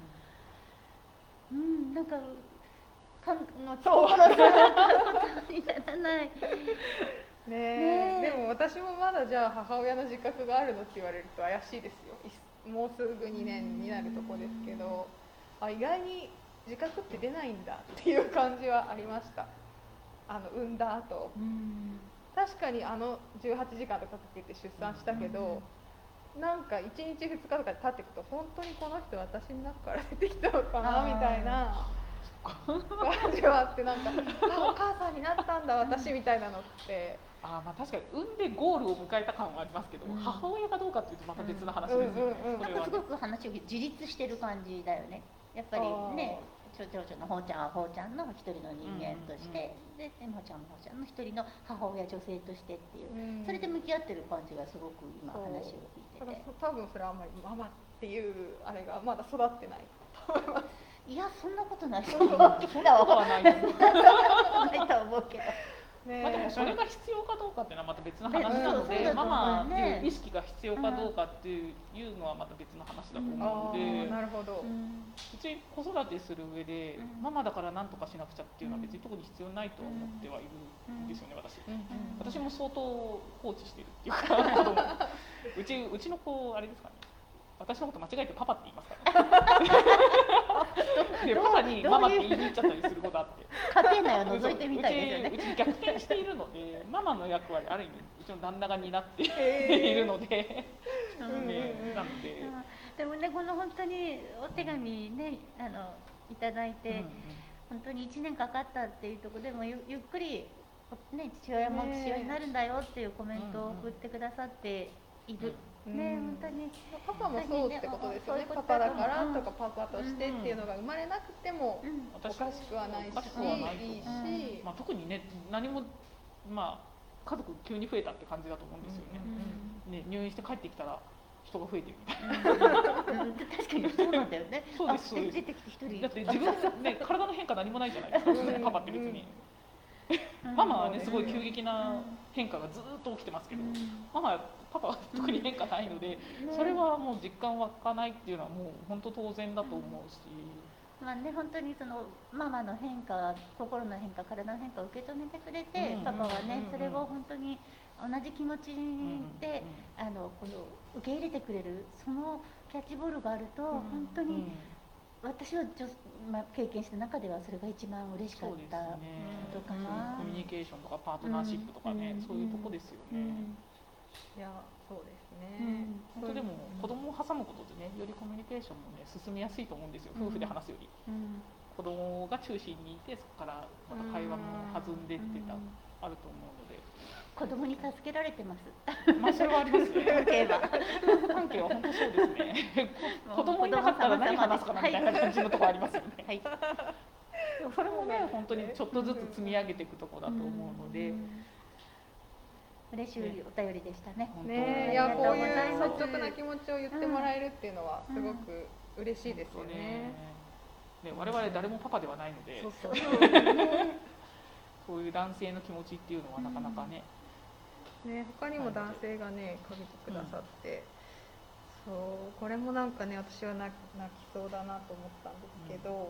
うんなんかかんのそう心のことにならないねねええでも私もまだじゃあ母親の自覚があるのって言われると怪しいですよ。いもうすぐにねんになるとこですけど、あ意外に自覚って出ないんだっていう感じはありました。あの産んだ後うん確かにあのじゅうはちじかんとかかけて出産したけど、なんかいちにちふつかとかで経っていくと本当にこの人私の中から出てきたのかなあーみたいな感じはあってなんかあお母さんになったんだ私みたいなのってあーまあ確かに産んでゴールを迎えた感はありますけど、 うん母親かどうかっていうとまた別の話ですよね、 うんうんうんそれはねなんかすごく話を自立してる感じだよねやっぱりね長女のほうちゃんはほうちゃんの一人の人間として、ででほうちゃんもほうちゃんの一人の母親女性としてっていう、 うんそれで向き合ってる感じがすごく今そう話を聞いててだから多分それはあんまりママっていうあれがまだ育ってないと思います。 いやそんなことないそんなことはないですないと思うけどねまあでもそれが必要かどうかっていうのはまた別の話なので、 そうそうだと思うママってねいう意識が必要かどうかっていうのはまた別の話だと思うあので、 ーなるほど、 うんうち子育てする上で、 うんママだから何とかしなくちゃっていうのは別に特に必要ないとは思ってはいるんですよね、私。 うんうん私も相当放置してるっていうか子供うちうちの子あれですかね、私のこと間違えてパパって言いますからでパパにママって言いに行っちゃったりすることあって家庭内を覗いてみたいですよねうちうち逆転しているのでママの役割ある意味うちの旦那が担ってへーいるので、 うんね、なので、 うんでもねこの本当にお手紙ねあのいただいて、 うんうん本当にいちねんかかったっていうところでもゆゆっくり、ね、父親も父親になるんだよっていうコメントを送ってくださっている、 うんね本当にパパもそうってことですよね。 そういうことパパだと思うからとかパパとしてっていうのが生まれなくてもうんおかしくはないし、 おかしくはないと思ういいし、 まあ、特にね何も、まあ、家族急に増えたって感じだと思うんですよね,、 うんね入院して帰ってきたら人が増えてるみたいなうん確かにそうなんだよねそうですそうですあ出てきて一人だって自分ね体の変化何もないじゃないですか、 うんパパって別に、 うんママはねうんすごい急激な変化がずっと起きてますけど、 うんママパパは特に変化ないので、それはもう実感湧かないっていうのはもう本当当然だと思うし、 まあね、本当にそのママの変化心の変化体の変化を受け止めてくれて、 うんパパはね、 うんそれを本当に同じ気持ちで、あのこの受け入れてくれるそのキャッチボールがあると、 ん本当にうん私は女、まあ、経験した中ではそれが一番嬉しかそうですったこねとかな。 コミュニケーションとかパートナーシップとかね、 うんそういうとこですよね、 うんいやそうですうね。 ん本当でも子供を挟むことでねよりコミュニケーションもね進みやすいと思うんですよ、夫婦で話すより。 うん子供が中心にいてそこからまた会話も弾んでってた、 うんあると思うので、 子供に助けられてます。 まあそれはありますね関係は。 関係は本当そうですね子供いなかったら何話すかなみたいな感じのところありますよね、 はい。 でもそれもね本当にちょっとずつ積み上げていくところだと思うので、 ん嬉しいお便りでしたね。 本当ねいやありがとうこういうございます率直な気持ちを言ってもらえるっていうのはすごく嬉しいですよ本当ね。 ね我々誰もパパではないので、 そうそそううそういう男性の気持ちっていうのはなかなかね、 ね、他にも男性がね書いてくださって、そうこれもなんかね私は泣泣きそうだなと思ったんですけど、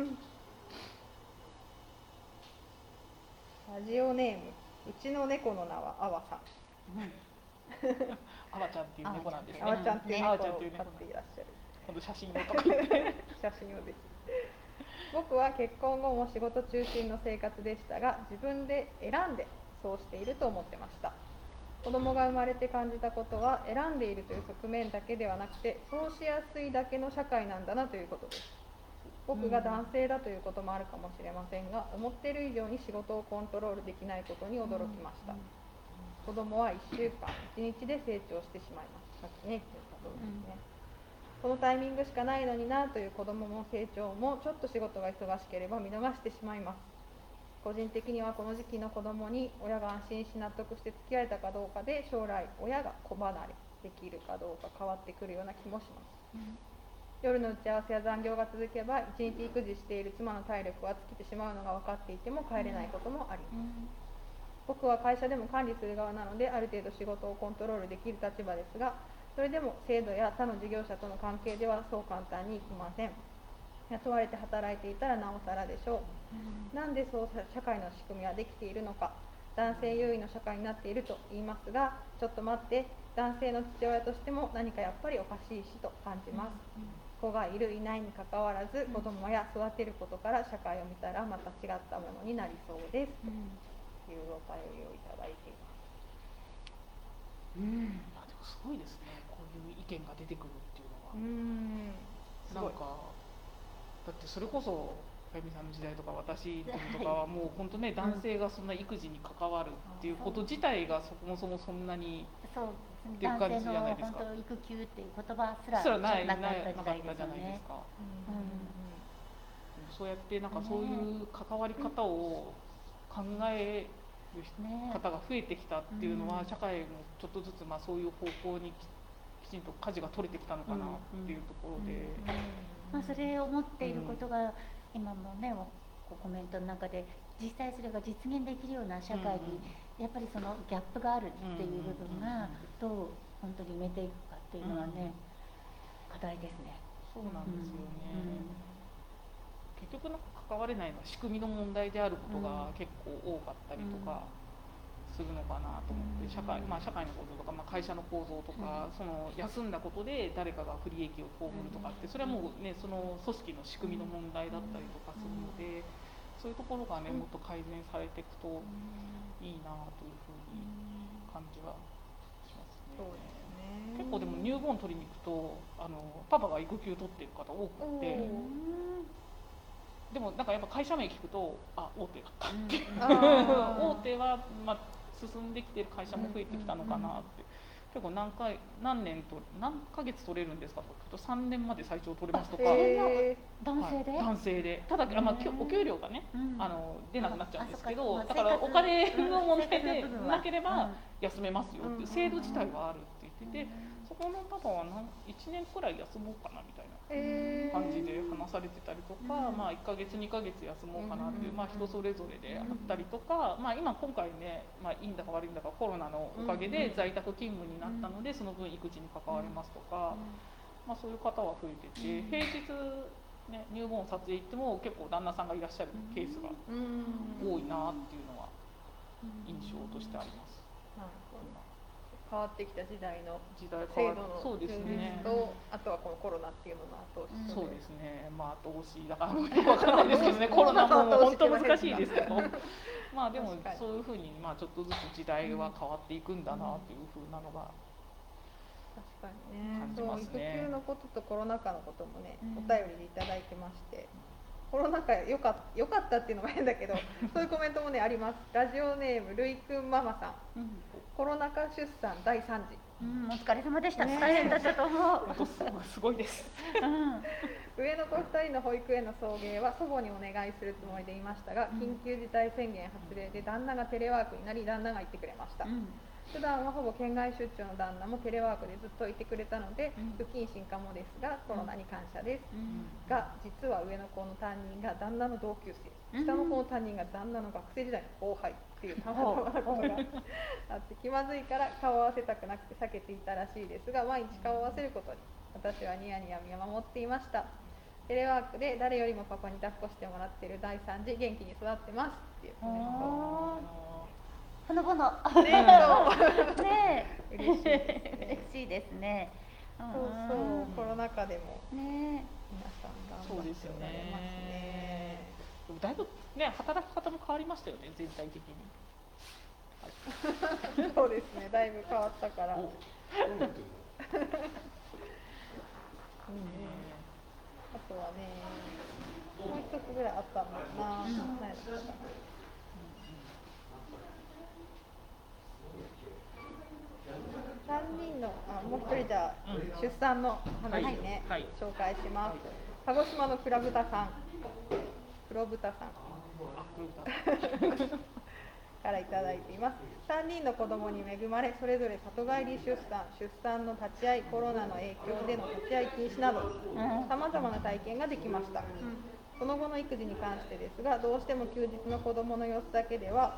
ラジオネームうちの猫の名はあわさん。 あわちゃんっていう猫なんですね。 あわちゃんっていうあわ猫をちゃんっていう猫飼っていらっしゃる。 今度写真を撮って写真をぜひ。僕は結婚後も仕事中心の生活でしたが、自分で選んでそうしていると思ってました。子供が生まれて感じたことは、選んでいるという側面だけではなくて、そうしやすいだけの社会なんだなということです。僕が男性だということもあるかもしれませんが、思っている以上に仕事をコントロールできないことに驚きました。子供はいっしゅうかん、いちにちで成長してしまいます。さっきね言った通りですね。このタイミングしかないのになという子供も成長もちょっと仕事が忙しければ見逃してしまいます。個人的にはこの時期の子供に親が安心し納得して付き合えたかどうかで将来親が子離れできるかどうか変わってくるような気もします。夜の打ち合わせや残業が続けば一日育児している妻の体力は尽きてしまうのが分かっていても帰れないこともあります。 僕は会社でも管理する側なのである程度仕事をコントロールできる立場ですが、それでも制度や他の事業者との関係ではそう簡単にいきません。雇われて働いていたらなおさらでしょう。なんでそう社会の仕組みはできているのか。男性優位の社会になっていると言いますが、ちょっと待って、男性の父親としても何かやっぱりおかしいしと感じます。子がいるいないにかかわらず、子供や育てることから社会を見たらまた違ったものになりそうです、というお便りをいただいています。 うん、あでもすごいですね、こういう意見が出てくるっていうのは。 うんなんかだってそれこそかゆみさんの時代とか私とかはもう本当ね、男性がそんな育児に関わるっていうこと自体がそもそもそんなにそうっていう感じじゃないですか。 男性の本当育休っていう言葉すらすらないなかないった時なかったじゃない代ですよねです。か。 うんそうやってなんかそういう関わり方を考えるね方が増えてきたっていうのは、 うん社会もちょっとずつまあそういう方向にきちんと舵が取れてきたのかなっていうところで、 まあ、それを思っていることが今もねこうコメントの中で実際それが実現できるような社会にやっぱりそのギャップがあるっていう部分がどう本当に埋めていくかっていうのはね、課題ですね。 そうなんですよね。結局なんか関われないのは仕組みの問題であることが結構多かったりとかするのかなと思って、社会、まあ、社会の構造とか、まあ、会社の構造とか、その休んだことで誰かが不利益を被るとかって、それはもうねその組織の仕組みの問題だったりとかするので、そういうところがねもっと改善されていくといいなというふうに感じはしますね。 そうですね。 結構でも乳房取りに行くとあのパパが育休取ってる方多くて、でもなんかやっぱ会社名聞くとあ大手だったって大手はまあ進んできてる会社も増えてきたのかなって。結構何回何年と何ヶ月取れるんですかとか、さんねんまで最長取れますとか、 えー、男性で、 はい、男性でただあ、まあ、お給料がね、 うん、 あの出なくなっちゃうんですけど、 まあ、 だからお金の問題でなければ休めますよっていう制度自体はあるって言ってて、そこのパパは何いちねんくらい休もうかなみたいな感じで話されてたりとか、まあ、いっかげつにかげつ休もうかなっていう、まあ、人それぞれであったりとか、まあ、今今回ね、まあ、いいんだか悪いんだかコロナのおかげで在宅勤務になったのでその分育児に関わりますとか、まあ、そういう方は増えてて、平日、ね、ニューボーン撮影行っても結構旦那さんがいらっしゃるケースが多いなっていうのは印象としてあります。 なるほど。変わってきた時代の時代制度のそうですね。 と、あとはこのコロナっていうのの後押し、 そうですね。まあ後押しだからよくわからないですけどね。コロナも本当難しいですけど、まあでもそういうふうにまあちょっとずつ時代は変わっていくんだなというふうなのが確かにね。 感じますね。 そう育休のこととコロナ禍のこともね、お便りでいただいてまして。コロナ禍よかったよかったっていうのも変だけどそういうコメントもねあります。ラジオネームるいくんママさん、うん、コロナ禍出産だいさんじ、 うん、お疲れ様でした、ね、大変だったと思うすごいです、 うん、 上の子ふたりの保育園の送迎は祖母にお願いするつもりでいましたが、緊急事態宣言発令で旦那がテレワークになり旦那が行ってくれました、うん、普段はほぼ県外出張の旦那もテレワークでずっといてくれたので、うん、不謹慎かもですがコロナに感謝です、うん、が実は上の子の担任が旦那の同級生、下の子の担任が旦那の学生時代の後輩っていうたまたまなことがあって気まずいから顔を合わせたくなくて避けていたらしいですが、毎日顔を合わせることに私はニヤニヤ見守っていました。テレワークで誰よりもパパに抱っこしてもらってるだいさんじ、元気に育ってますっていうコメント。 ほのぼのねえ嬉しいですね。 嬉しいですね。 そうそう、コロナ禍でもね皆さん頑張っておられますね。 でもだいぶね働き方も変わりましたよね、全体的に。 そうですね、だいぶ変わったから。うん、あとはね、もう一つぐらいあったんだよな。何だったかな。さんにんのあもう一人じゃあ、うん、出産の話ね、はいはい、紹介します。鹿児島の黒豚さん、黒豚さんからいただいています。さんにんの子供に恵まれ、それぞれ里帰り出産、出産の立ち会い、コロナの影響での立ち会い禁止など、さまざまな体験ができました。うん、その後の育児に関してですが、どうしても休日の子供の様子だけでは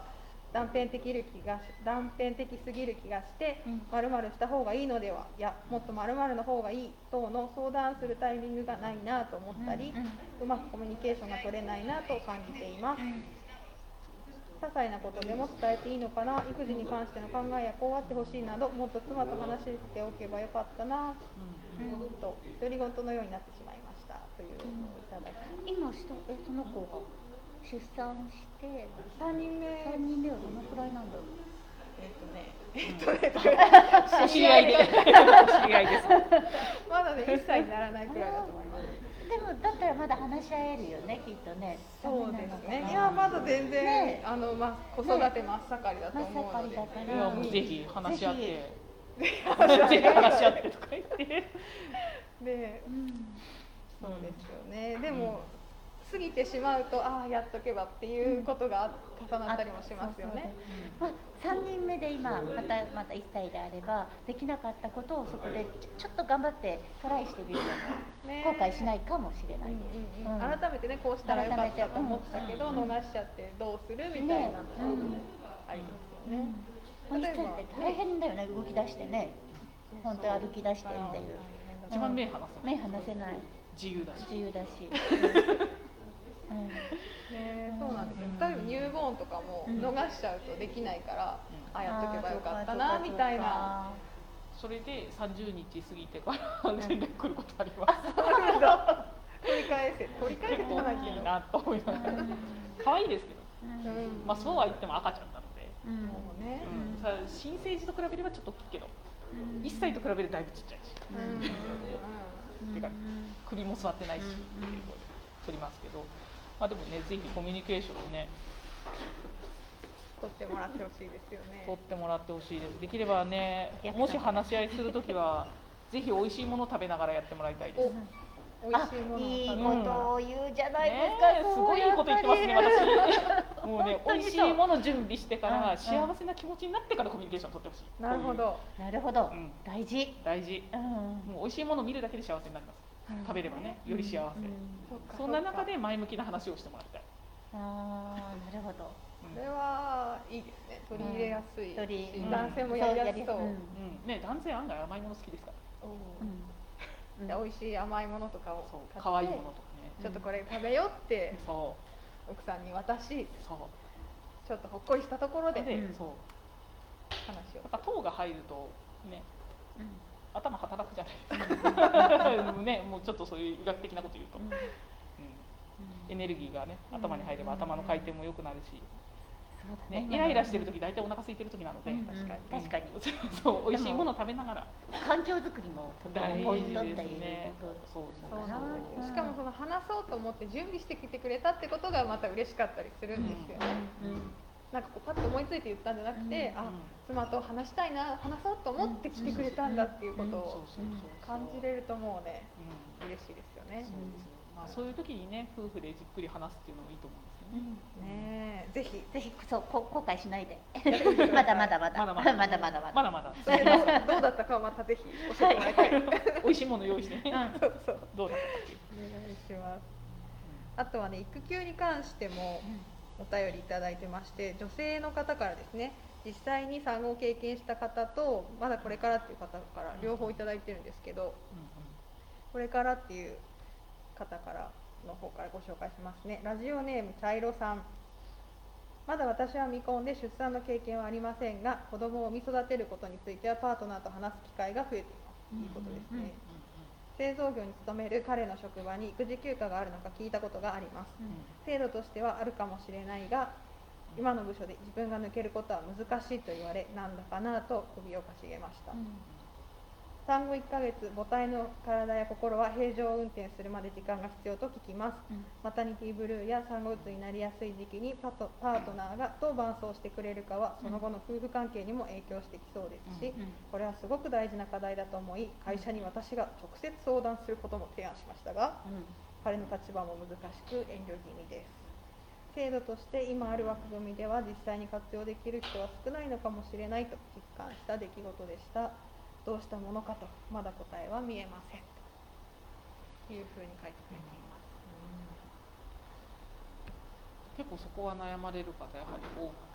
断片的る気がし断片的すぎる気がしてうん 〇〇した方がいいのでは、いやもっと〇〇の方がいい等の相談するタイミングがないなと思ったり、うまくコミュニケーションが取れないなと感じています。些細なことでも伝えていいのかな、育児に関しての考えやこうあってほしいなど、もっと妻と話しておけばよかったな、 うんうん、と独り言のようになってしまいましたというのをいただきました。 今しとえその子が出産してさんにんめさんにんめはどのくらいなんだろう。 えっとねえっとねお知り合いでお知り合いです。 まだねいっさいにならないくらいだと思います。 でもだったらまだ話し合えるよね、きっとね。 そうですね。いダメなのかな。 やまだ全然、 ねあのまあ子育て真っ盛りだと思うので、 真っ盛りだからいやもうぜひ話し合って、 ぜぜひ話し合ってとか言って。 でうんそうですよね。でも、過ぎてしまうとああやっとけばっていうことが重なったりもしますよね。 まあ、さんにんめで今またまたいっさいであればできなかったことをそこでちょちょっと頑張ってトライしてみるのねも後悔しないかもしれないです。 うんうんうんうん改めてねこうしたらよかったと思ったけど、 改めてうん逃しちゃってどうするみたいなのがありますよね。 うん、例えば大変だよね、動き出してね、本当歩き出してっていう。 一番目離す。 目離せない、 自由だし。 自由だし。うんね、そうなんですよ。例えばニューボーンとかも逃しちゃうとできないから、あやっとけばよかったなみたいな。 それでさんじゅうにち過ぎてから連絡来ることあります。 取り返せ取り返せ結構こないけど。 いいなと思いながら。可愛いですけど。 うんまあそうは言っても赤ちゃんなので。 うんもうね。 うん、さ新生児と比べればちょっと大きいけど、 うんいっさいと比べるとだいぶちっちゃいし、 うんうんてか首も座ってないし、 うん取りますけど、まあでもねぜひコミュニケーションをね取ってもらってほしいですよね。 取ってもらってほしいです。できればねやったもし話し合いするときはぜひ美味しいものを食べながらやってもらいたいです。 美味あしいものをいい食べことを言うじゃないですねか。 えすごいいいこと言ってますね私。もうね本当にそう美味しいもの準備してかうんうんら幸せな気持ちになってからコミュニケーション取ってほしい。 なるほど。 なるほど、 うん大事。 大事。 うんもう美味しいものを見るだけで幸せになります。食べればねより幸せ。 そっかそんな中で前向きな話をしてもらいたい。 ああ、なるほど。 これはいいですね。取り入れやすいし、 取りうん男性もやりやすそう。 うんうん、ね男性案外甘いもの好きですから。 うんで美味しい甘いものとかをそう買って可愛いものとかね。 ちょっとこれ食べよってそう奥さんに渡し、 そう。 ちょっとほっこりしたところでで、 うんそう。 話をやっぱ糖が入るとねうん頭働くじゃないですか。ねもうちょっとそういう医学的なこと言うと、 うんうんエネルギーがね頭に入れば頭の回転も良くなるし。ね、イライラしてる時大体お腹空いてる時なので、 うん確かに確かにそう美味しいものを食べながら環境づくりもとて大もポイントっていう事ですねこ。 そうそうかななんですよ。しかもその話そうと思って準備してきてくれたってことがまた嬉しかったりするんですよね。 と、うんなんかこうパッと思いついて言ったんじゃなくて、 うんあ妻と話したいな話そうと思って来てくれたんだっていうことそうをそうそう感じれるともうねうん嬉しいですよね。 そうですよ。まあそういう時にね夫婦でじっくり話すっていうのもいいと思うんですよね。 ねえぜひぜひそうこ後悔しないでまだまだまだまだまだまだまだまだまだまだそれどうどうだったかはまたぜひ教えてもらいたい。 美味しいもの用意してね。 そうそうどうだったかっていう。 お願いします。あとはね育休に関してもお便りいただいてまして、女性の方からですね、実際に産後を経験した方とまだこれからっていう方から両方いただいてるんですけど、これからっていう方からの方からご紹介しますね。ラジオネーム茶色さん。まだ私は未婚で出産の経験はありませんが、子供を産み育てることについてはパートナーと話す機会が増えています。いいことですね。製造業に勤める彼の職場に育児休暇があるのか聞いたことがあります。制度としてはあるかもしれないが、今の部署で自分が抜けることは難しいと言われ、なんだかなと首をかしげました。産後いっかげつ、母体の体や心は平常運転するまで時間が必要と聞きます。マタニティブルーや産後うつになりやすい時期にパトパートナーがどう伴走してくれるかはその後の夫婦関係にも影響してきそうですし、これはすごく大事な課題だと思い、会社に私が直接相談することも提案しましたが、彼の立場も難しく遠慮気味です。制度として今ある枠組みでは実際に活用できる人は少ないのかもしれないと実感した出来事でした。どうしたものかとまだ答えは見えませんというふうに書いてくれています。 結構そこは悩まれる方やはり多く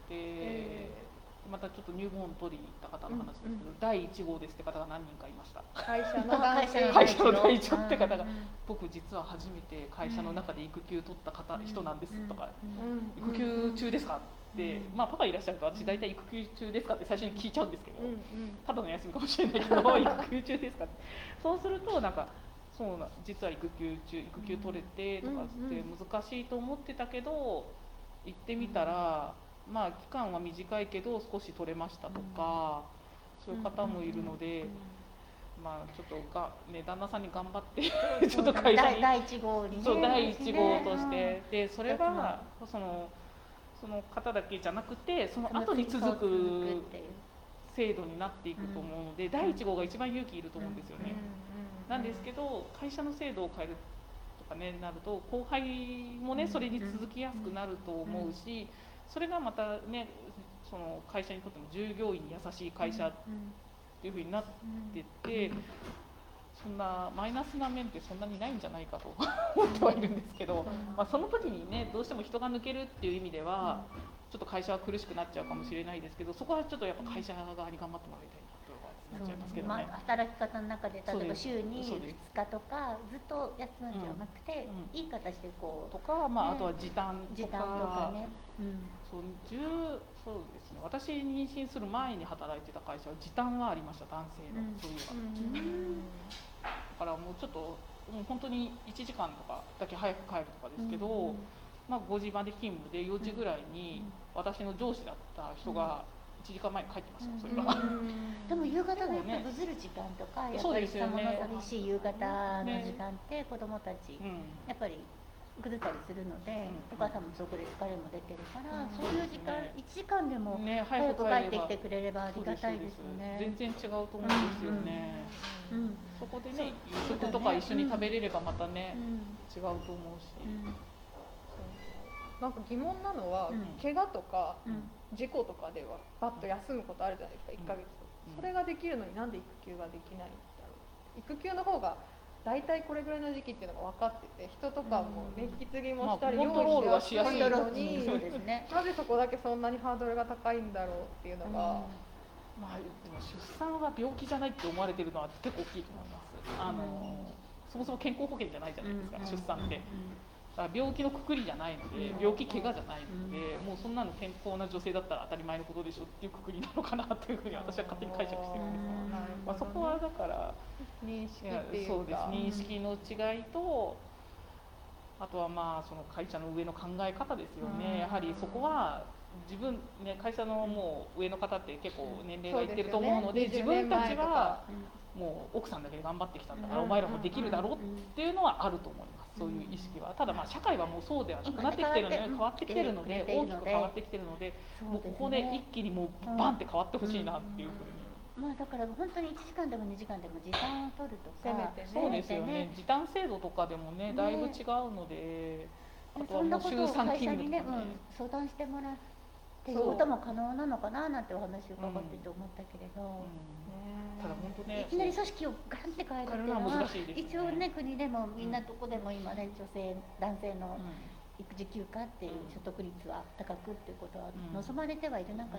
で、またちょっと入門取りに行った方の話ですけど、 うんうんだいいち号ですって方が何人かいました。 会社の男性会社の第一号って方がうん僕実は初めて会社の中で育休取った方、 うん人なんですとか、 うん育休中ですかって、 うんまあパパいらっしゃると私大体育休中ですかって最初に聞いちゃうんですけど、 うんうんただの休みかもしれないけど育休中ですかってそうするとなんかそうな実は育休中育休取れてとかって難しいと思ってたけど行ってみたら、まあ期間は短いけど少し取れましたとか、そういう方もいるので、まあちょっとが、ね、旦那さんに頑張ってちょっと会社に第一号にね、 そうだいいち号として、 うんでそれはそのその方だけじゃなくてその後に続くっていう制度になっていくと思うので、だいいち号が一番勇気いると思うんですよね。なんですけど会社の制度を変えるとかねなると後輩もねそれに続きやすくなると思うし、それがまたねその会社にとっても従業員に優しい会社っていうふうになってってそんなマイナスな面ってそんなにないんじゃないかと思ってはいるんですけど、まあ、その時にねどうしても人が抜けるっていう意味ではちょっと会社は苦しくなっちゃうかもしれないですけど、そこはちょっとやっぱ会社側に頑張ってもらいたいなとなっちゃいますけどね。 まあ、働き方の中で例えば週にそうですふつかとかずっと休むんじゃなくて、 うんいい形でこうとか、まあ、 ねあとは時短と時短とかかね、うんそうじゅうそうですね私妊娠する前に働いてた会社は時短はありました男性の、 うんそういううんのがだからもうちょっともう本当にいちじかんとかだけ早く帰るとかですけど、 うんまあ、ごじまで勤務でよじぐらいに私の上司だった人がいちじかんまえに帰ってました、それが、 でも夕方のやっぱりぐずる時間とか、やっそうぱりですよね寒の寂しい夕方の時間って子供たち、 うんやっぱりぐずったりするので、 うんお母さんもそこで疲れも出てるから、 うんそういう時間、 ねいちじかんでもね、 早く帰ってきてれくれればありがたいですよね。 全然違うと思うんですよね、 うんうんそこでね夕食とか一緒に食べれればまたね、違うと思うし、 うんなんか疑問なのは、 うん怪我とかうん事故とかではバッと休むことあるじゃないですか、いっかげつとか、 うんそれができるのになんで育休ができないんだろう。育休の方が大体これぐらいの時期っていうのが分かってて、人とかもね、引き継ぎもしたり、 まあコントロールはしやすい用意しやすいのに、 そうですね。 なぜそこだけそんなにハードルが高いんだろうっていうのが、 まあ、でも出産は病気じゃないって思われてるのは結構大きいと思いますあの、そもそも健康保険じゃないじゃないですか、出産ってだから病気のくくりじゃないので、 うん病気怪我じゃないので、もうそんなの健康な女性だったら当たり前のことでしょっていうくくりなのかなというふうに私は勝手に解釈してるんですうんが、 なるほどねまあ、そこはだから認識いやっていうそうですか、 認識の違いと、あとはまあその会社の上の考え方ですよね、 うんやはりそこは自分、ね、会社のもう上の方って結構年齢がいってると思うので、自分たちはもう奥さんだけで頑張ってきたんだから、 うんお前らもできるだろうっていうのはあると思います、そういう意識は。ただまあ社会はもうそうではなくなってきてるので、変わってきてるので、大きく変わってきてるので、もうここで一気にもうバンって変わってほしいなっていうふうに。 まあだから本当にいちじかんでもにじかんでも時間を取るとか、 せめてねそうですよね、時短制度とかでもね、だいぶ違うので、あとはそんもう週なことをさん会社にね、 勤務とかね。 うん、相談してもらうっていうことも可能なのかななんてお話を伺ってて思ったけれど、 うんただ本当ね、 いきなり組織をガンって変えるっていうのは変えるのは難しいですね一応ね国でもみんなどこでも今ね女性男性のうん育児休暇っていう所得率は高くっていうことはうん望まれてはいる中で、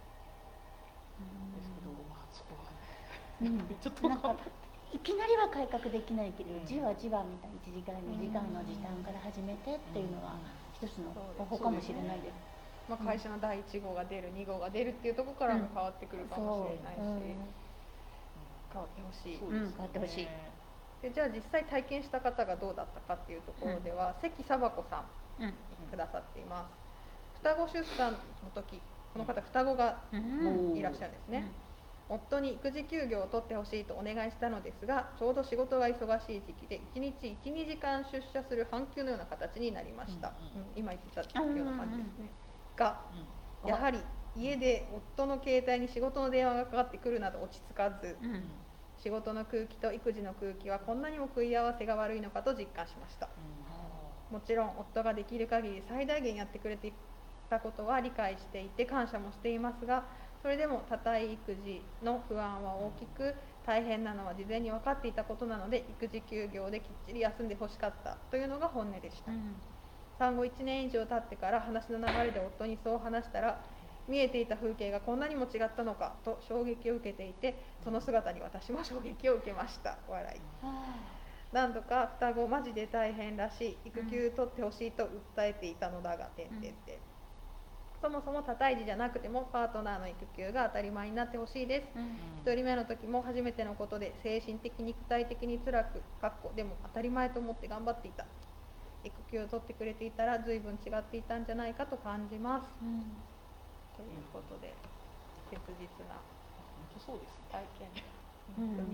ですけど、まあそこはうんね、ちょっとなんかいきなりは改革できないけど、 うんじわじわみたいないちじかんにじかんの時短から始めてっていうのは一つの方法かもしれないです。 まあ、会社のだいいち号が出る、に号が出るっていうところからも変わってくるかもしれないし、 そう変わってほしい。 うん変わってほしいでじゃあ実際体験した方がどうだったかっていうところでは、関さばこさんうんくださっています。双子出産の時、この方双子がうんいらっしゃるんですね。夫に育児休業を取ってほしいとお願いしたのですが、ちょうど仕事が忙しい時期でいちにちいち、にじかん出社する半休のような形になりました。 うんうん今言ってたような感じですね。が、 うんやはり家で夫の携帯に仕事の電話がかかってくるなど落ち着かず、 うん仕事の空気と育児の空気はこんなにも食い合わせが悪いのかと実感しました。もちろん夫ができる限り最大限やってくれていたことは理解していて感謝もしていますが、それでも多胎育児の不安は大きく、大変なのは事前に分かっていたことなので育児休業できっちり休んでほしかったというのが本音でした。産後いちねん以上経ってから話の流れで夫にそう話したら、 見えていた風景がこんなにも違ったのかと衝撃を受けていて、その姿に私も衝撃を受けました。笑い。何度か双子マジで大変らしい、育休取ってほしいと訴えていたのだが、点々点。そもそも多胎児じゃなくてもパートナーの育休が当たり前になってほしいです。ひとりめの時も初めてのことで精神的肉体的に辛く、かっこでも当たり前と思って頑張っていた。育休を取ってくれていたら随分違っていたんじゃないかと感じます、うん、ということで切実な本当そうです体験、本当に、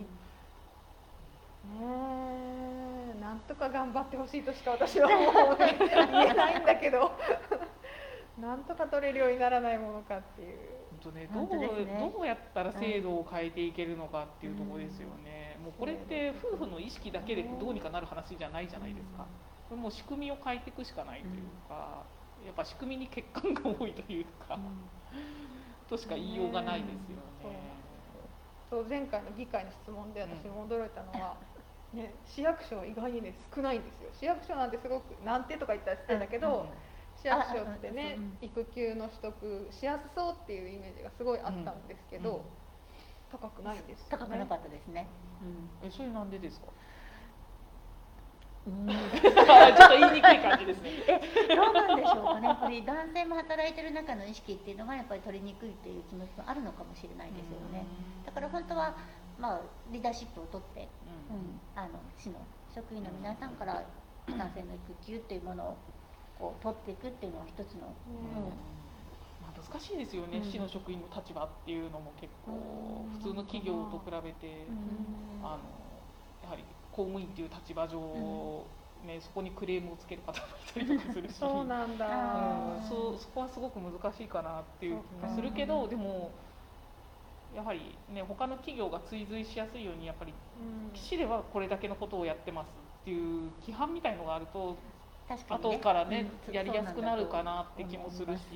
うん、ねえ、なんとか頑張ってほしいとしか私はもう、ね、言えないんだけどなんとか取れるようにならないものかっていう。 本当ね、どう、ね、どうやったら制度を変えていけるのかっていうところですよね、うん、もうこれって夫婦の意識だけでどうにかなる話じゃないじゃないですか、これもう仕組みを変えていくしかないというか、うん、やっぱ仕組みに欠陥が多いというか、うん、としか言いようがないですよね。 そう、前回の議会の質問で私も驚いたのは、うんね、市役所意外にね少ないんですよ。市役所なんてすごくなんてとか言ったら失礼だけど、うん、市役所ってね、うん、育休の取得しやすそうっていうイメージがすごいあったんですけど、うんうん、高くないんですよね。 高くなかったですね、 うん、えそれなんでですか？うんちょっと言いにくい感じですね。 え、どうなんでしょうかね。やっぱり男性も働いてる中の意識っていうのがやっぱり取りにくいっていう気持ちもあるのかもしれないですよね。だから本当はまあリーダーシップを取って、うん、あの市の職員の皆さんから男性の育休っていうものをこう取っていくっていうのは一つの、うんまあ、難しいですよね、うん、市の職員の立場っていうのも結構普通の企業と比べて、うん、あのやはり公務員っていう立場上、うんね、そこにクレームをつける方もいたりとかするしそうなんだ、 うん、そ, そこはすごく難しいかなっていう気がするけど、でもやはり、ね、他の企業が追随しやすいようにやっぱり、うん、市ではこれだけのことをやってますっていう規範みたいのがあると確かに、ね、後からね、うん、やりやすくなるかなって気もするし、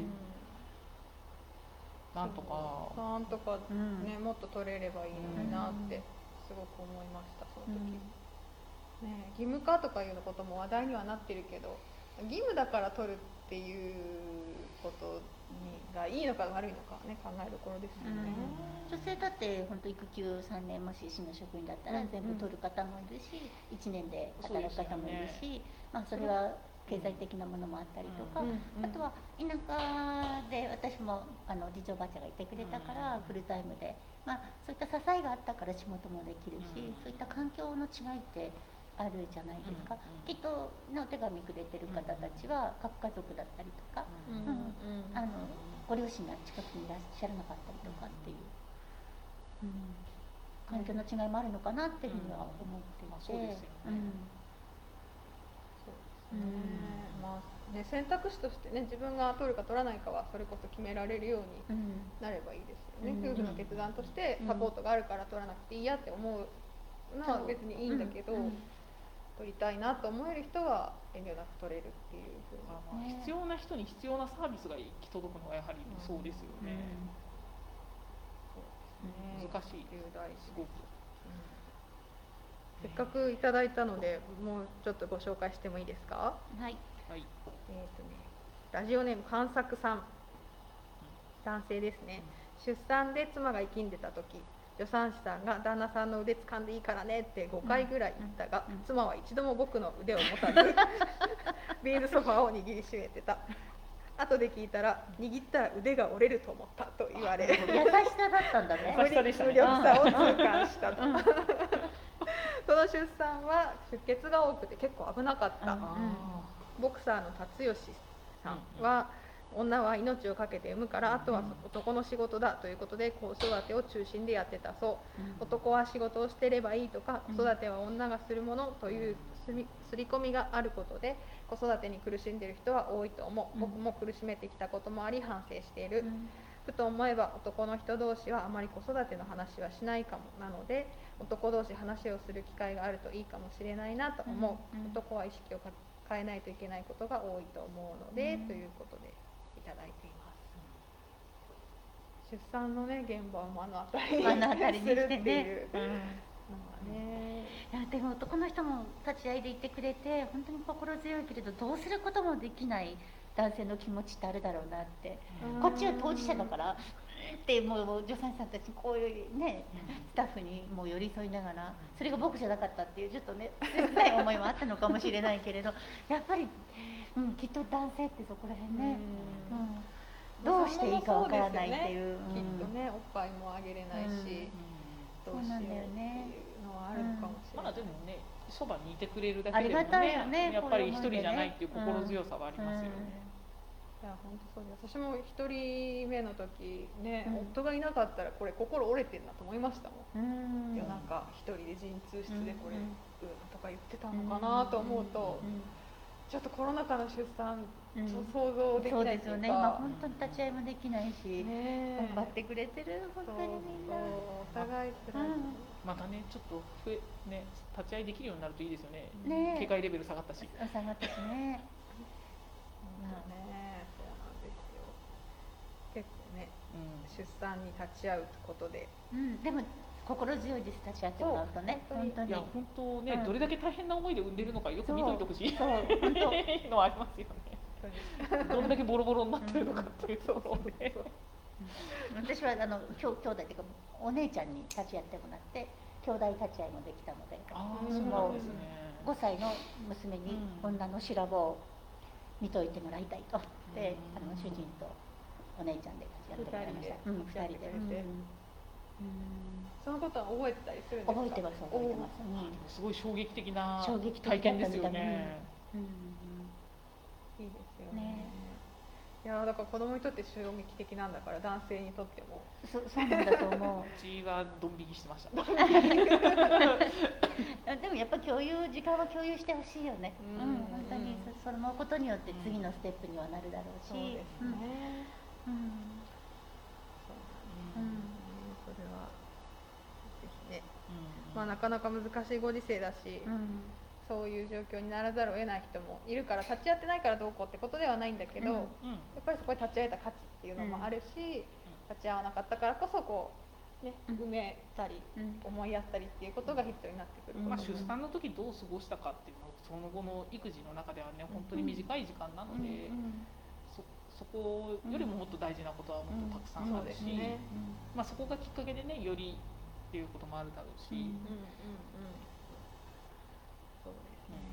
うん、なんとかなんとか、ね、もっと取れればいいのになってすごく思いました。その時、うんね、義務化とかいうことも話題にはなってるけど、義務だから取るっていうことにがいいのか悪いのかはね考えるところですよね、 うん、女性だって本当育休さんねんもし市の職員だったら全部取る方もいるし、うん、いちねんで働く方もいるし、まあ、それは経済的なものもあったりとか、うん、あとは田舎で私もあの次女ばあちゃんがいてくれたからフルタイムで、まあ、そういった支えがあったから仕事もできるし、そういった環境の違いってあるじゃないですか、うんうん、きっと、ね、お手紙くれてる方たちは核家族だったりとか、うんうん、あのご両親が近くにいらっしゃらなかったりとかっていう、うん、環境の違いもあるのかなっていうふうには思っていて、まあ、そうですよね、 うんうんまあね、選択肢としてね自分が取るか取らないかはそれこそ決められるようになればいいですよね、うん、夫婦の決断としてサポートがあるから取らなくていいやって思うのは別にいいんだけど、うんうん取りたいなと思える人は遠慮なく取れるっていうふうまあ、必要な人に必要なサービスが行き届くのはやはりそうですよね、うんうん、難しいすごく、うん、 せっかくいただいたのでもうちょっとご紹介してもいいですか。 はい、 はい、えーとね、ラジオネーム関作さん、男性ですね、うん、出産で妻が生きんでた時助産師さんが旦那さんの腕掴んでいいからねってごかいぐらい言ったが、うんうん、妻は一度も僕の腕を持たずビーズソファーを握りしめてた。後で聞いたら握ったら腕が折れると思ったと言われ、優しさだったんだね。 無力さを痛感したと、うん、その出産は出血が多くて結構危なかった、うん、ボクサーの辰吉さんは、うん、女は命を懸けて産むからあとは男の仕事だということで子育てを中心でやってたそう、うん、男は仕事をしてればいいとか子育ては女がするものという刷り込みがあることで子育てに苦しんでいる人は多いと思う、うん、僕も苦しめてきたこともあり反省している、うん、ふと思えば男の人同士はあまり子育ての話はしないかもなので男同士話をする機会があるといいかもしれないなと思う、うん、男は意識を変えないといけないことが多いと思うので、ということでいただいています。出産のね現場を目の当たりにするっていうのがね、 いやでも男の人も立ち会いでいてくれて本当に心強いけれどどうすることもできない男性の気持ちってあるだろうなって、 うんこっちは当事者だからってもう助産師さんたちこういうねスタッフにもう寄り添いながら、それが僕じゃなかったっていうちょっとね切ない思いもあったのかもしれないけれど、やっぱり、うん、きっと男性ってそこら辺ね、 うんうんどうしていいかわからないっていう、 きっとねおっぱいもあげれないし、どうしようっていうのはあるのかもしれない。 まあでもね、そばにいてくれるだけでもありがたいよねね、やっぱり一人こういうもんでねじゃないっていう心強さはありますよね。 いや本当そうです。私も一人目の時ね、 うん夫がいなかったらこれ心折れてんなと思いましたもん。 うん夜中一人で陣痛室でこれ、 ううんん、とか言ってたのかなと思うと、 うんちょっとコロナ禍の出産、 うんちょっと想像できそうないというか、 ですよね、今本当に立ち会いもできないし、 ね頑張ってくれてる本そう当にみんな。 そうお互い辛い、 うんまたね、ちょっと増えね、立ち会いできるようになるといいですよね。 ねえ警戒レベル下がったし。 下がったしね。 本当ね、そうなんですよ。結構ね、 うん出産に立ち会うことで、 うん、でも心強いです、立ち会ってもらうとね、 そう本当に。 いや本当ね、 うんどれだけ大変な思いで産んでるのかよく見といてほしいそう本当のはありますよね。どれだけボロボロになってるのかっていうところで。 私はあのきょ兄弟っていうかお姉ちゃんに立ち会ってもらって兄弟立ち会いもできたので、 ああ、 うんそうなんですね。 ごさいの娘にうん女の修羅場を見といてもらいたいと、であのうん主人とお姉ちゃんで立ち会ってもらいました。うん、 二人で二人で。 立ち会ってくれてうんそのことは覚えてたりするんですか？ 覚えてます覚えてます。うんでもすごい衝撃的な衝撃的だ体った験ですよね。 うんいいですよね。 ねいやだから子供にとって衝撃的なんだから男性にとってもそそうなんだと思う。 うちはドン引きしてました。 でもやっぱ共有時間は共有してほしいよね。 ううんん、本当にそそのことによって次のステップにはなるだろうし。 そうですね。 うん。 そうなんですね。 うん。 それはぜひね。 うんまあなかなか難しいご時世だし、 うん。 そういう状況にならざるを得ない人もいるから立ち会ってないからどうこうってことではないんだけど、 うんやうんっぱりそこに立ち会えた価値っていうのもあるし、立ち会わなかったからこそこうねうん埋めたり、 うん。 思いやったりっていうことが必要になってくる。 まあ、 うん出産の時どう過ごしたかっていうのをその後の育児の中ではね本当に短い時間なので、そそこよりももっと大事なことはもっとたくさんあるし、 うんそうですねまあ、そこがきっかけでねよりっていうこともあるだろうし、 うんうんうんうん。そうですね。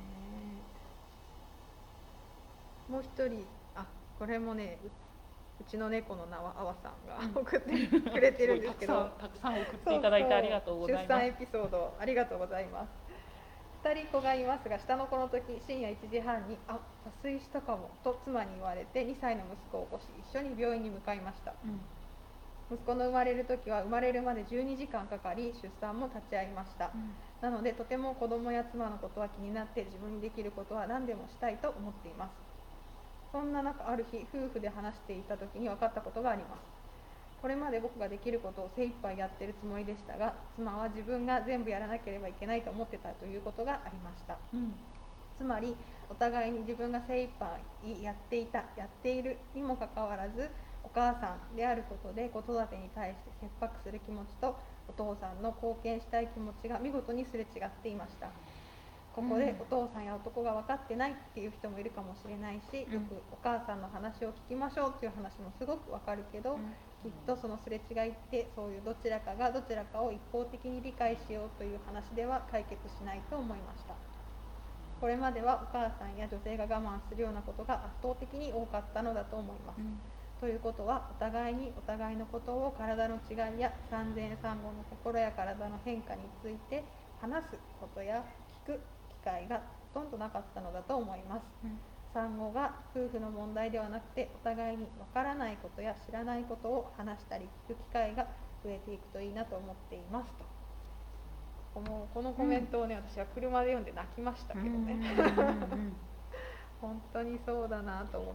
もう一人、あ、これもね、ううちの猫の名はあわさんがうん送ってくれてるんですけど、 たくさんたくさん送っていただいてありがとうございます。 出産エピソードありがとうございます。ふたり子がいますが、下の子の時、深夜いちじはんにあ、脱水したかもと妻に言われてにさいの息子を起こし一緒に病院に向かいました。 うん。 息子の生まれる時は生まれるまでじゅうにじかんかかり出産も立ち会いました。なのでとても子供や妻のことは気になって自分にできることは何でもしたいと思っています。そんな中ある日夫婦で話していた時に分かったことがあります。これまで僕ができることを精一杯やっているつもりでしたが、妻は自分が全部やらなければいけないと思ってたということがありました。 うん。 つまりお互いに自分が精一杯やっていたやっているにもかかわらず、お母さんであることで子育てに対して切迫する気持ちとお父さんの貢献したい気持ちが見事にすれ違っていました。ここでお父さんや男が分かってないっていう人もいるかもしれないし、よくお母さんの話を聞きましょうっていう話もすごく分かるけど、きっとそのすれ違いってそういうどちらかがどちらかを一方的に理解しようという話では解決しないと思いました。これまではお母さんや女性が我慢するようなことが圧倒的に多かったのだと思います。ということはお互いにお互いのことを体の違いや産前産後の心や体の変化について話すことや聞く機会がほとんどなかったのだと思います。産後が夫婦の問題ではなくてお互いにわからないことや知らないことを話したり聞く機会が増えていくといいなと思っていますと。このこのコメントをね、私は車で読んで泣きましたけどね。本当にそうだなと思って。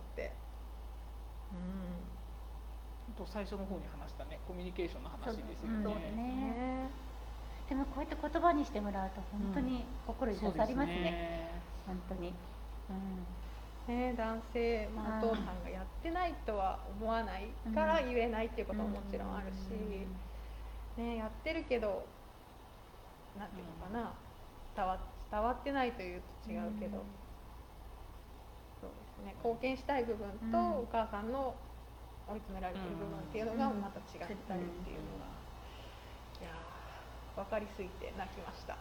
うん、と最初の方に話したねコミュニケーションの話ですよね。 そうだね。でもこうやって言葉にしてもらうと本当に心に刺さりますね。本当に。 うん、ね、男性、まあ、お父さんがやってないとは思わないから言えないっていうことももちろんあるし、ね、やってるけどなんていうのかな、伝わ伝わってないというと違うけど、そうですね、貢献したい部分と、 うんお母さんの追い詰められてる部分っていうのがまた違ったりっていうのが、いやー分かりすぎて泣きました。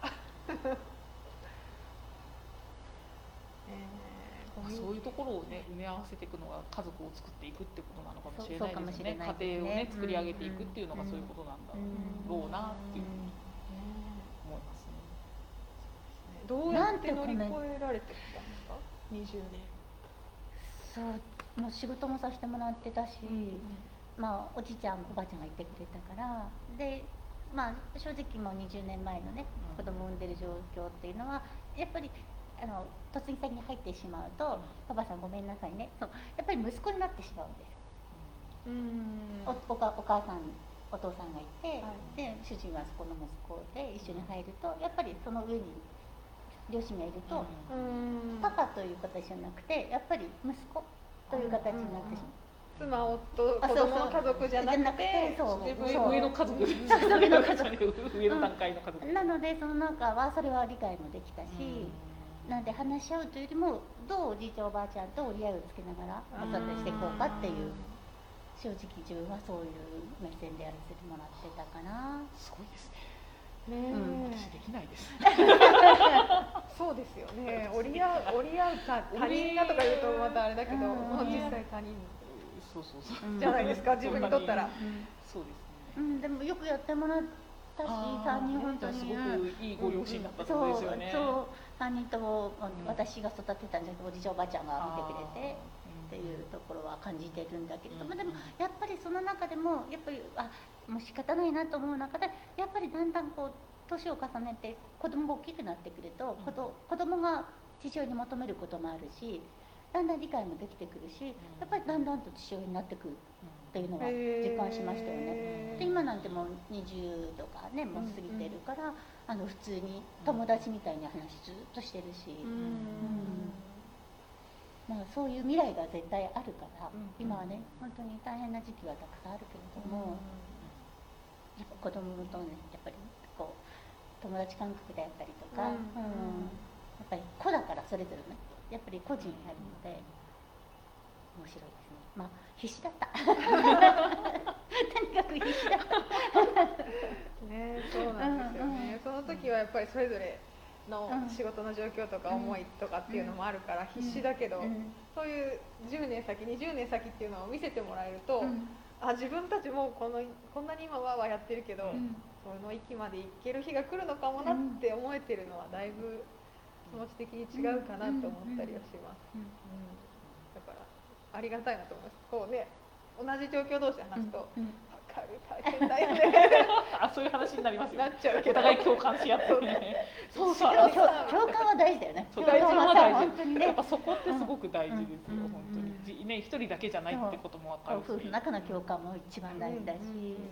えーゴミそういうところをね埋め合わせていくのが家族を作っていくってことなのかもしれないそうそうかもですよね。 しれないですね家庭をね作り上げていくっていうのがそういうことなんだろうなっていうふうにね思いますね。 どうやって乗り越えられてきたんですか、にじゅうねん。 そうもう仕事もさせてもらってたし、まあ、おじいちゃんおばあちゃんがいてくれたからで、まあ、正直もうにじゅうねんまえのね子供を産んでる状況っていうのはやっぱりあの嫁ぎ先に入ってしまうと「パパさんごめんなさいね」そうやっぱり息子になってしまうんです。 うんおおかお母さんお父さんがいて、 はいで主人はそこの息子で一緒に入るとやっぱりその上に両親がいると、 うんパパという形じゃなくてやっぱり息子という形になってしまう。 妻、夫、子供の家族じゃなくて、 そう自分そう上の家族そう上の家族上の段階の家族、 なのでその中はそれは理解もできたし、なんで話し合うというよりもどうおじいちゃんおばあちゃんと折り合いをつけながら子育てしていこうかっていう正直自分はそういう目線でやらせてもらってたかな。 すごいですね。 ねうん私できないです。 そうですよね。折り合う折り合うか他人がとか言うとまたあれだけど、 うんもう実際他人そうそうそう。 うんじゃないですか、自分にとったら。 そうですね。 うん、でもよくやってもらったしさんにん本当にすごくいいご両親だったってことですよね。 そうそうさんにんとも私が育てたんじゃなくておじいちゃんおばあちゃんが見てくれてっていうところは感じてるんだけれども、でもやっぱりその中でもやっぱりあもう仕方ないなと思う中でやっぱりだんだんこう年を重ねて子供が大きくなってくると、子ど子供が父親に求めることもあるしだんだん理解もできてくるしやっぱりだんだんと父親になってくるっていうのは実感しましたよね。で今なんてもうにじゅうとかねもう過ぎてるから、あの普通に友達みたいな話ずっとしてるし、うんまあ、そういう未来が絶対あるから、今はね本当に大変な時期はたくさんあるけれども、やっぱ子供とねやっぱりこう友達感覚であったりとか、うんやっぱり子だからそれぞれねやっぱり個人にあるので面白いですね。まあ必死だったとにかく必死だったね、そうなんですよね、うんうん、その時はやっぱりそれぞれの仕事の状況とか思いとかっていうのもあるから必死だけど、うんうん、そういうじゅうねん先にじゅうねん先っていうのを見せてもらえると、うん、あ自分たちもこのこんなに今はやってるけど、うん、その域まで行ける日が来るのかもなって思えてるのはだいぶ気持ち的に違うかなと思ったりはします、うんうん、だからありがたいなと思います。こうね同じ状況同士で話すと、うんうん大変だよねあそういう話になりますよ、ね、 なっちゃうけどお互い共感し合ってねそうそう共感は大事だよね。 そう大事は大事、 ね、 やっぱそこってすごく大事ですよ、うん、本当にね一人だけじゃないってことも分かるし夫婦の中の共感も一番大事だし、うんうんうんね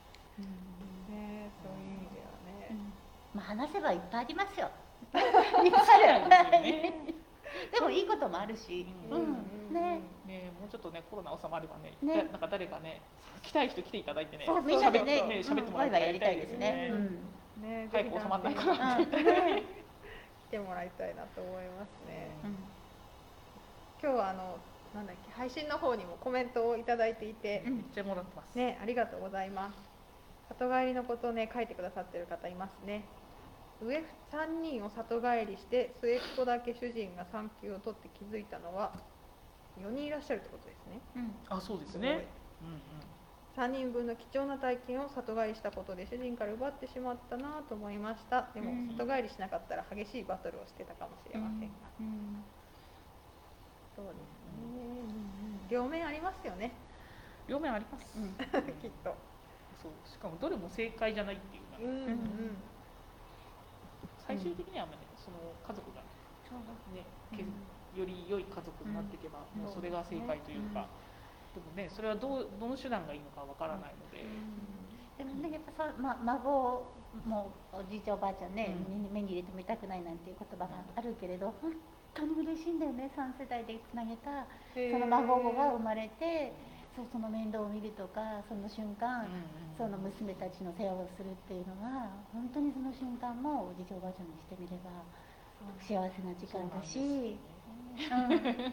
そういう意味ではね、うん、 まあ話せばいっぱいありますよいっぱいあるねでもいいこともあるし、うんうん、ねねもうちょっとねコロナ収まればね、ねなんか誰かね来たい人来ていただいてね、 そうみんなでね喋ってもらいたいですね。 ね早く収まらないかなって、 うんね、来てもらいたいなと思いますね。うん、今日はあのなんだっけ配信の方にもコメントをいただいていて、 めっちゃもらってます。 ねありがとうございます。里帰りのことをね書いてくださってる方いますね。上さんにんを里帰りして末っ子だけ主人が産休を取って気づいたのはよにんいらっしゃるってことですね。 うん、あそうですね。 うんうん、さんにんぶんの貴重な体験を里帰りしたことで主人から奪ってしまったなと思いました。でも、うん、里帰りしなかったら激しいバトルをしてたかもしれませんが、うんうん、そうですね、うんうん、両面ありますよね。 両面あります、うん、 きっとそうしかもどれも正解じゃないっていうか、うんうん、最終的には、ね、その家族が、ね、より良い家族になっていけば、もうそれが正解というか、でもね、それはどうどの手段がいいのかわからないので、 でもね、やっぱそ、ま、孫もおじいちゃんおばあちゃんね、うん、目に入れても痛くないなんていう言葉があるけれど、本当に嬉しいんだよね。さん世代でつなげたその孫が生まれて、そうその面倒を見るとか、その瞬間、うんうん、その娘たちの世話をするっていうのが本当にその瞬間もおじいちゃんおばあちゃんにしてみれば幸せな時間だし、うん、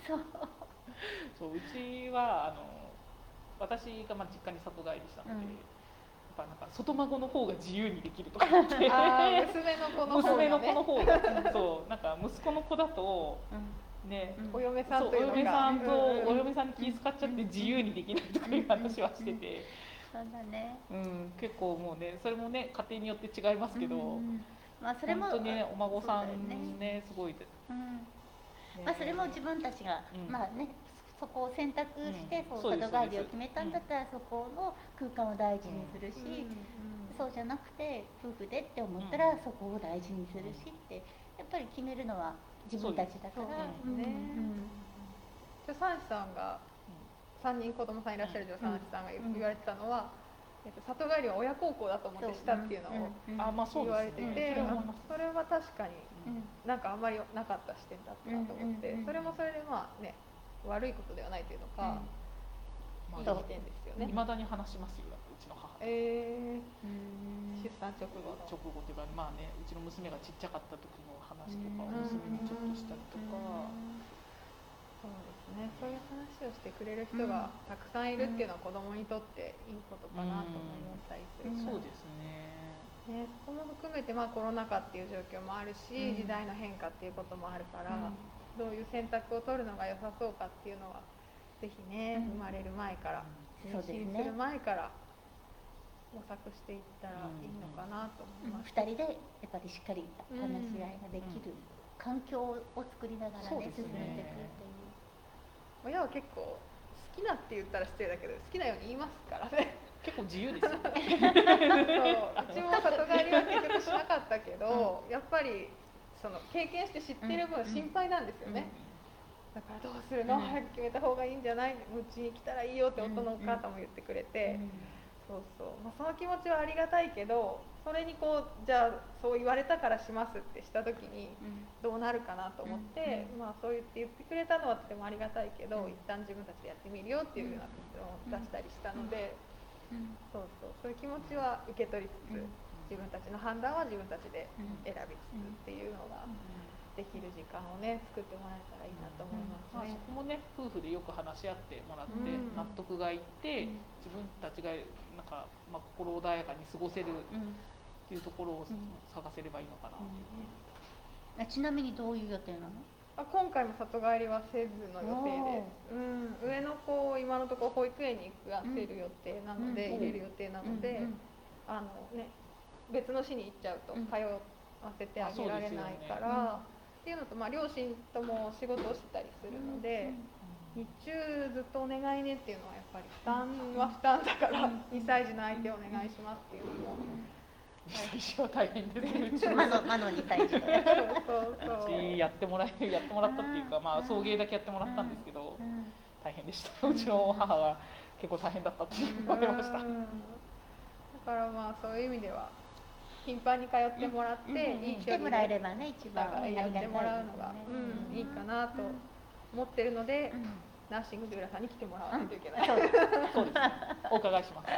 そうそううちはあの私がまあ実家に里帰りしたので、 うんやっぱなんか外孫の方が自由にできるとか言ってあー娘の子の方が、ね、 娘の子の方がそうなんか息子の子だとうんね、 うんお嫁さんそうおというのが嫁さんとうんうんお嫁さんに気遣っちゃって自由にできないとかいう話はしてて、 そうだね。 うん、結構もうねそれもね家庭によって違いますけど、 うんうんまあそれも本当にねお孫さんそうだよねねすごいで、 うんねまあそれも自分たちが、 うんまあねそこを選択して、 うんそうそうです里帰りを決めたんだったら、そこの空間を大事にするし、 うんそうじゃなくて夫婦でって思ったら、 うんそこを大事にするしってやっぱり決めるのは自分たちだから。 そうですねうん助産師さんがさんにん子供さんいらっしゃる助産師さんがうん言われてたのは、えっと、里帰りは親孝行だと思ってしたっていうのをうんうんあまあそう言われてですね、 て、 それは思いますそれは確かにうんなんかあんまりなかった視点だったなと思って、 うんうんうんそれもそれでまあね悪いことではないというのか、 まあいい視点ですよね。 いまだに話しますようちの母えー、 うん出産直後の直後というかまあねうちの娘がちっちゃかった時の話とかをうん娘にちょっとしたりとか、 そうですね、そういう話をしてくれる人がたくさんいるっていうのは子供にとっていいことかなとも思ったりするうんから、 そうですね、 ね、そこも含めて、まあ、コロナ禍っていう状況もあるし、 うん時代の変化っていうこともあるから、 うんどういう選択を取るのが良さそうかっていうのはぜひね、 うん生まれる前から妊そうですね娠する前から模索していったらいいのかなと思います。 ふたりでやっぱりしっかり話し合いができる環境を作りながらねそうですね進めていくっていう。 親は結構好きなって言ったら失礼だけど好きなように言いますからね。 結構自由ですよねそううちも里帰りは結局しなかったけど、やっぱりその経験して知ってる分うん心配なんですよね、だからどうするの、 うん早く決めた方がいいんじゃない、うちに来たらいいよって夫のお母さんも言ってくれて、そうそう、まあ、その気持ちはありがたいけど、それにこうじゃあそう言われたからしますってした時にどうなるかなと思って、 うんまあそう言って言ってくれたのはとてもありがたいけど、 うん一旦自分たちでやってみるよっていうような結論を出したりしたので、 うんそうそう、そういう気持ちは受け取りつつ、 うん自分たちの判断は自分たちで選びつつっていうのができる時間をね作ってもらえたらいいなと思いまあ、 ますねそ。こもね夫婦でよく話し合ってもらって、 うん納得がいって、 うん自分たちがなんか、まあ、心穏やかに過ごせるっうんていうところをうん探せればいいのかなっていう、 あちなみにどういう予定なの？ あ今回も里帰りはせずの予定です、うん、上の子を今のところ保育園に行かせる予定なので、 うん入れる予定なので、 うんあのね、別の市に行っちゃうとうん通わせてあげられないかあら、っていうのと、まあ、両親とも仕事をしてたりするので、日中ずっとお願いねっていうのはやっぱり負担は負担だから、にさい児の相手お願いしますっていうのも、 最初は大変ですねうちもマノマノに対して。 そうそううちやってもらえやってもらったっていうか、まあ、送迎だけやってもらったんですけど、 うん大変でしたうちの母は結構大変だったって言われました、 うんだからまあそういう意味では頻繁に通ってもらって、 うんいい来てもらえればね一番お互いやってもらうのが、うん、いいかなと思ってるので、 うんナーシングドゥーラさんに来てもらわないといけない、 そうですそうですねお伺いします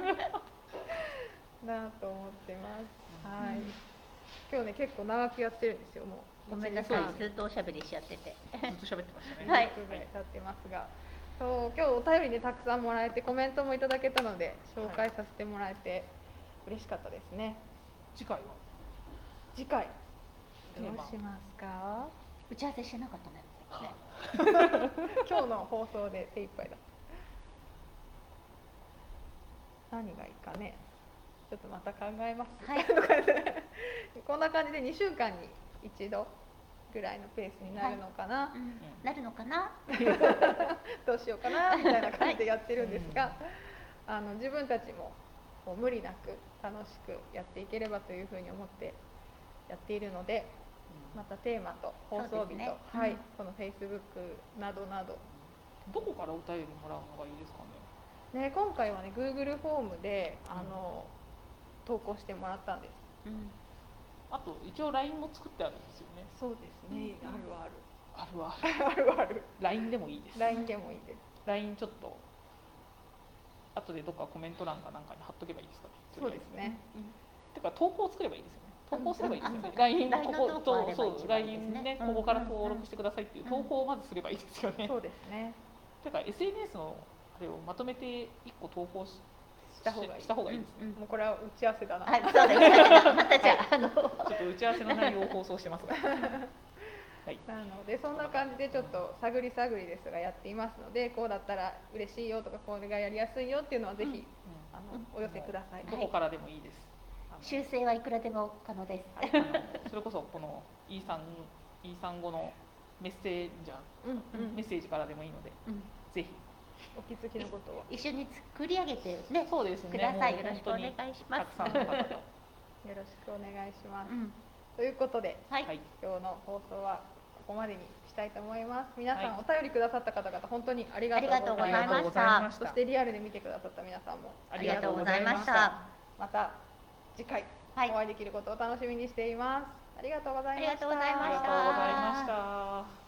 なと思ってます。はい。今日ね結構長くやってるんですよ。もうごめんなさいいちじかんずっとおしゃべりしちゃってて。 ずっと喋ってましたね、 はいぐらい経ってますが、そう今日お便りねたくさんもらえてコメントもいただけたので紹介させてもらえて嬉しかったですね。 次回は次回テーマどうしますか？ 打ち合わせしてなかったね。ね今日の放送で手一杯だ。何がいいかね。ちょっとまた考えます。 はいこんな感じでにしゅうかんに一度ぐらいのペースになるのかな。 うんなるのかな？ どうしようかなみたいな感じでやってるんですが、あの自分たちもこう無理なく楽しくやっていければというふうに思ってやっているので、またテーマと放送日と、 そうですねはい、 うんこの Facebook などなど、 どこからお便りもらうのがいいですかねね、今回はね Google フォームであの、投稿してもらったんです。 うんあと一応 ライン も作ってあるんですよねそうですね、あるあるあるわあるあるライン でもいいですライン でもいいです。 ライン ちょっと後でどっかコメント欄かなんかに貼っとけばいいですかねそうですね。 てか投稿を作ればいいですよね投稿すればいいですよね。ライン のこライン の投こと稿あればそう一番ライいいですねンねうんここから登録してくださいっていう投稿をまずすればいいですよね。 そうですね。 てか エスエヌエス のあれをまとめていっこ投稿しした方がいいした方がいいですね。 うんもうこれは打ち合わせだな。 はい、そうです。またじゃあ、あの、 ちょっと打ち合わせの内容を放送してますが。はい。 なのでそんな感じでちょっと探り探りですがやっていますので、こうだったら嬉しいよとかこれがやりやすいよっていうのはぜひ、 うんあのお寄せください。 どこからでもいいです。あの修正はいくらでも可能です。 はいあのそれこそこの E さん E さん語のメッセージャー、 うんうんメッセージからでもいいので、 うん、 おぜひ。 気づきのことを一緒に作り上げてね、 そうですね。 ください。 もうよろしくお願いします。 本当にたくさんの方と。 よろしくお願いします。 うん、 ということではい、 はい。 今日の放送はここまでにしたいと思います。皆さん、 はいお便りくださった方々本当にありがありがとうございまありがとうございましたそしてリアルで見てくださった皆さんもあありがとうございましありがとうございましたた。 また次回はいお会いできることを楽しみにしています。ありがとうございました。 ありがとうございまありがしたとうございました。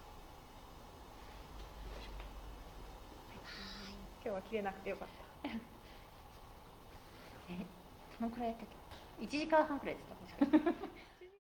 今日は切れなくてよかった。 え、どのくらいやったっけ？いちじかんはんくらいですか？確か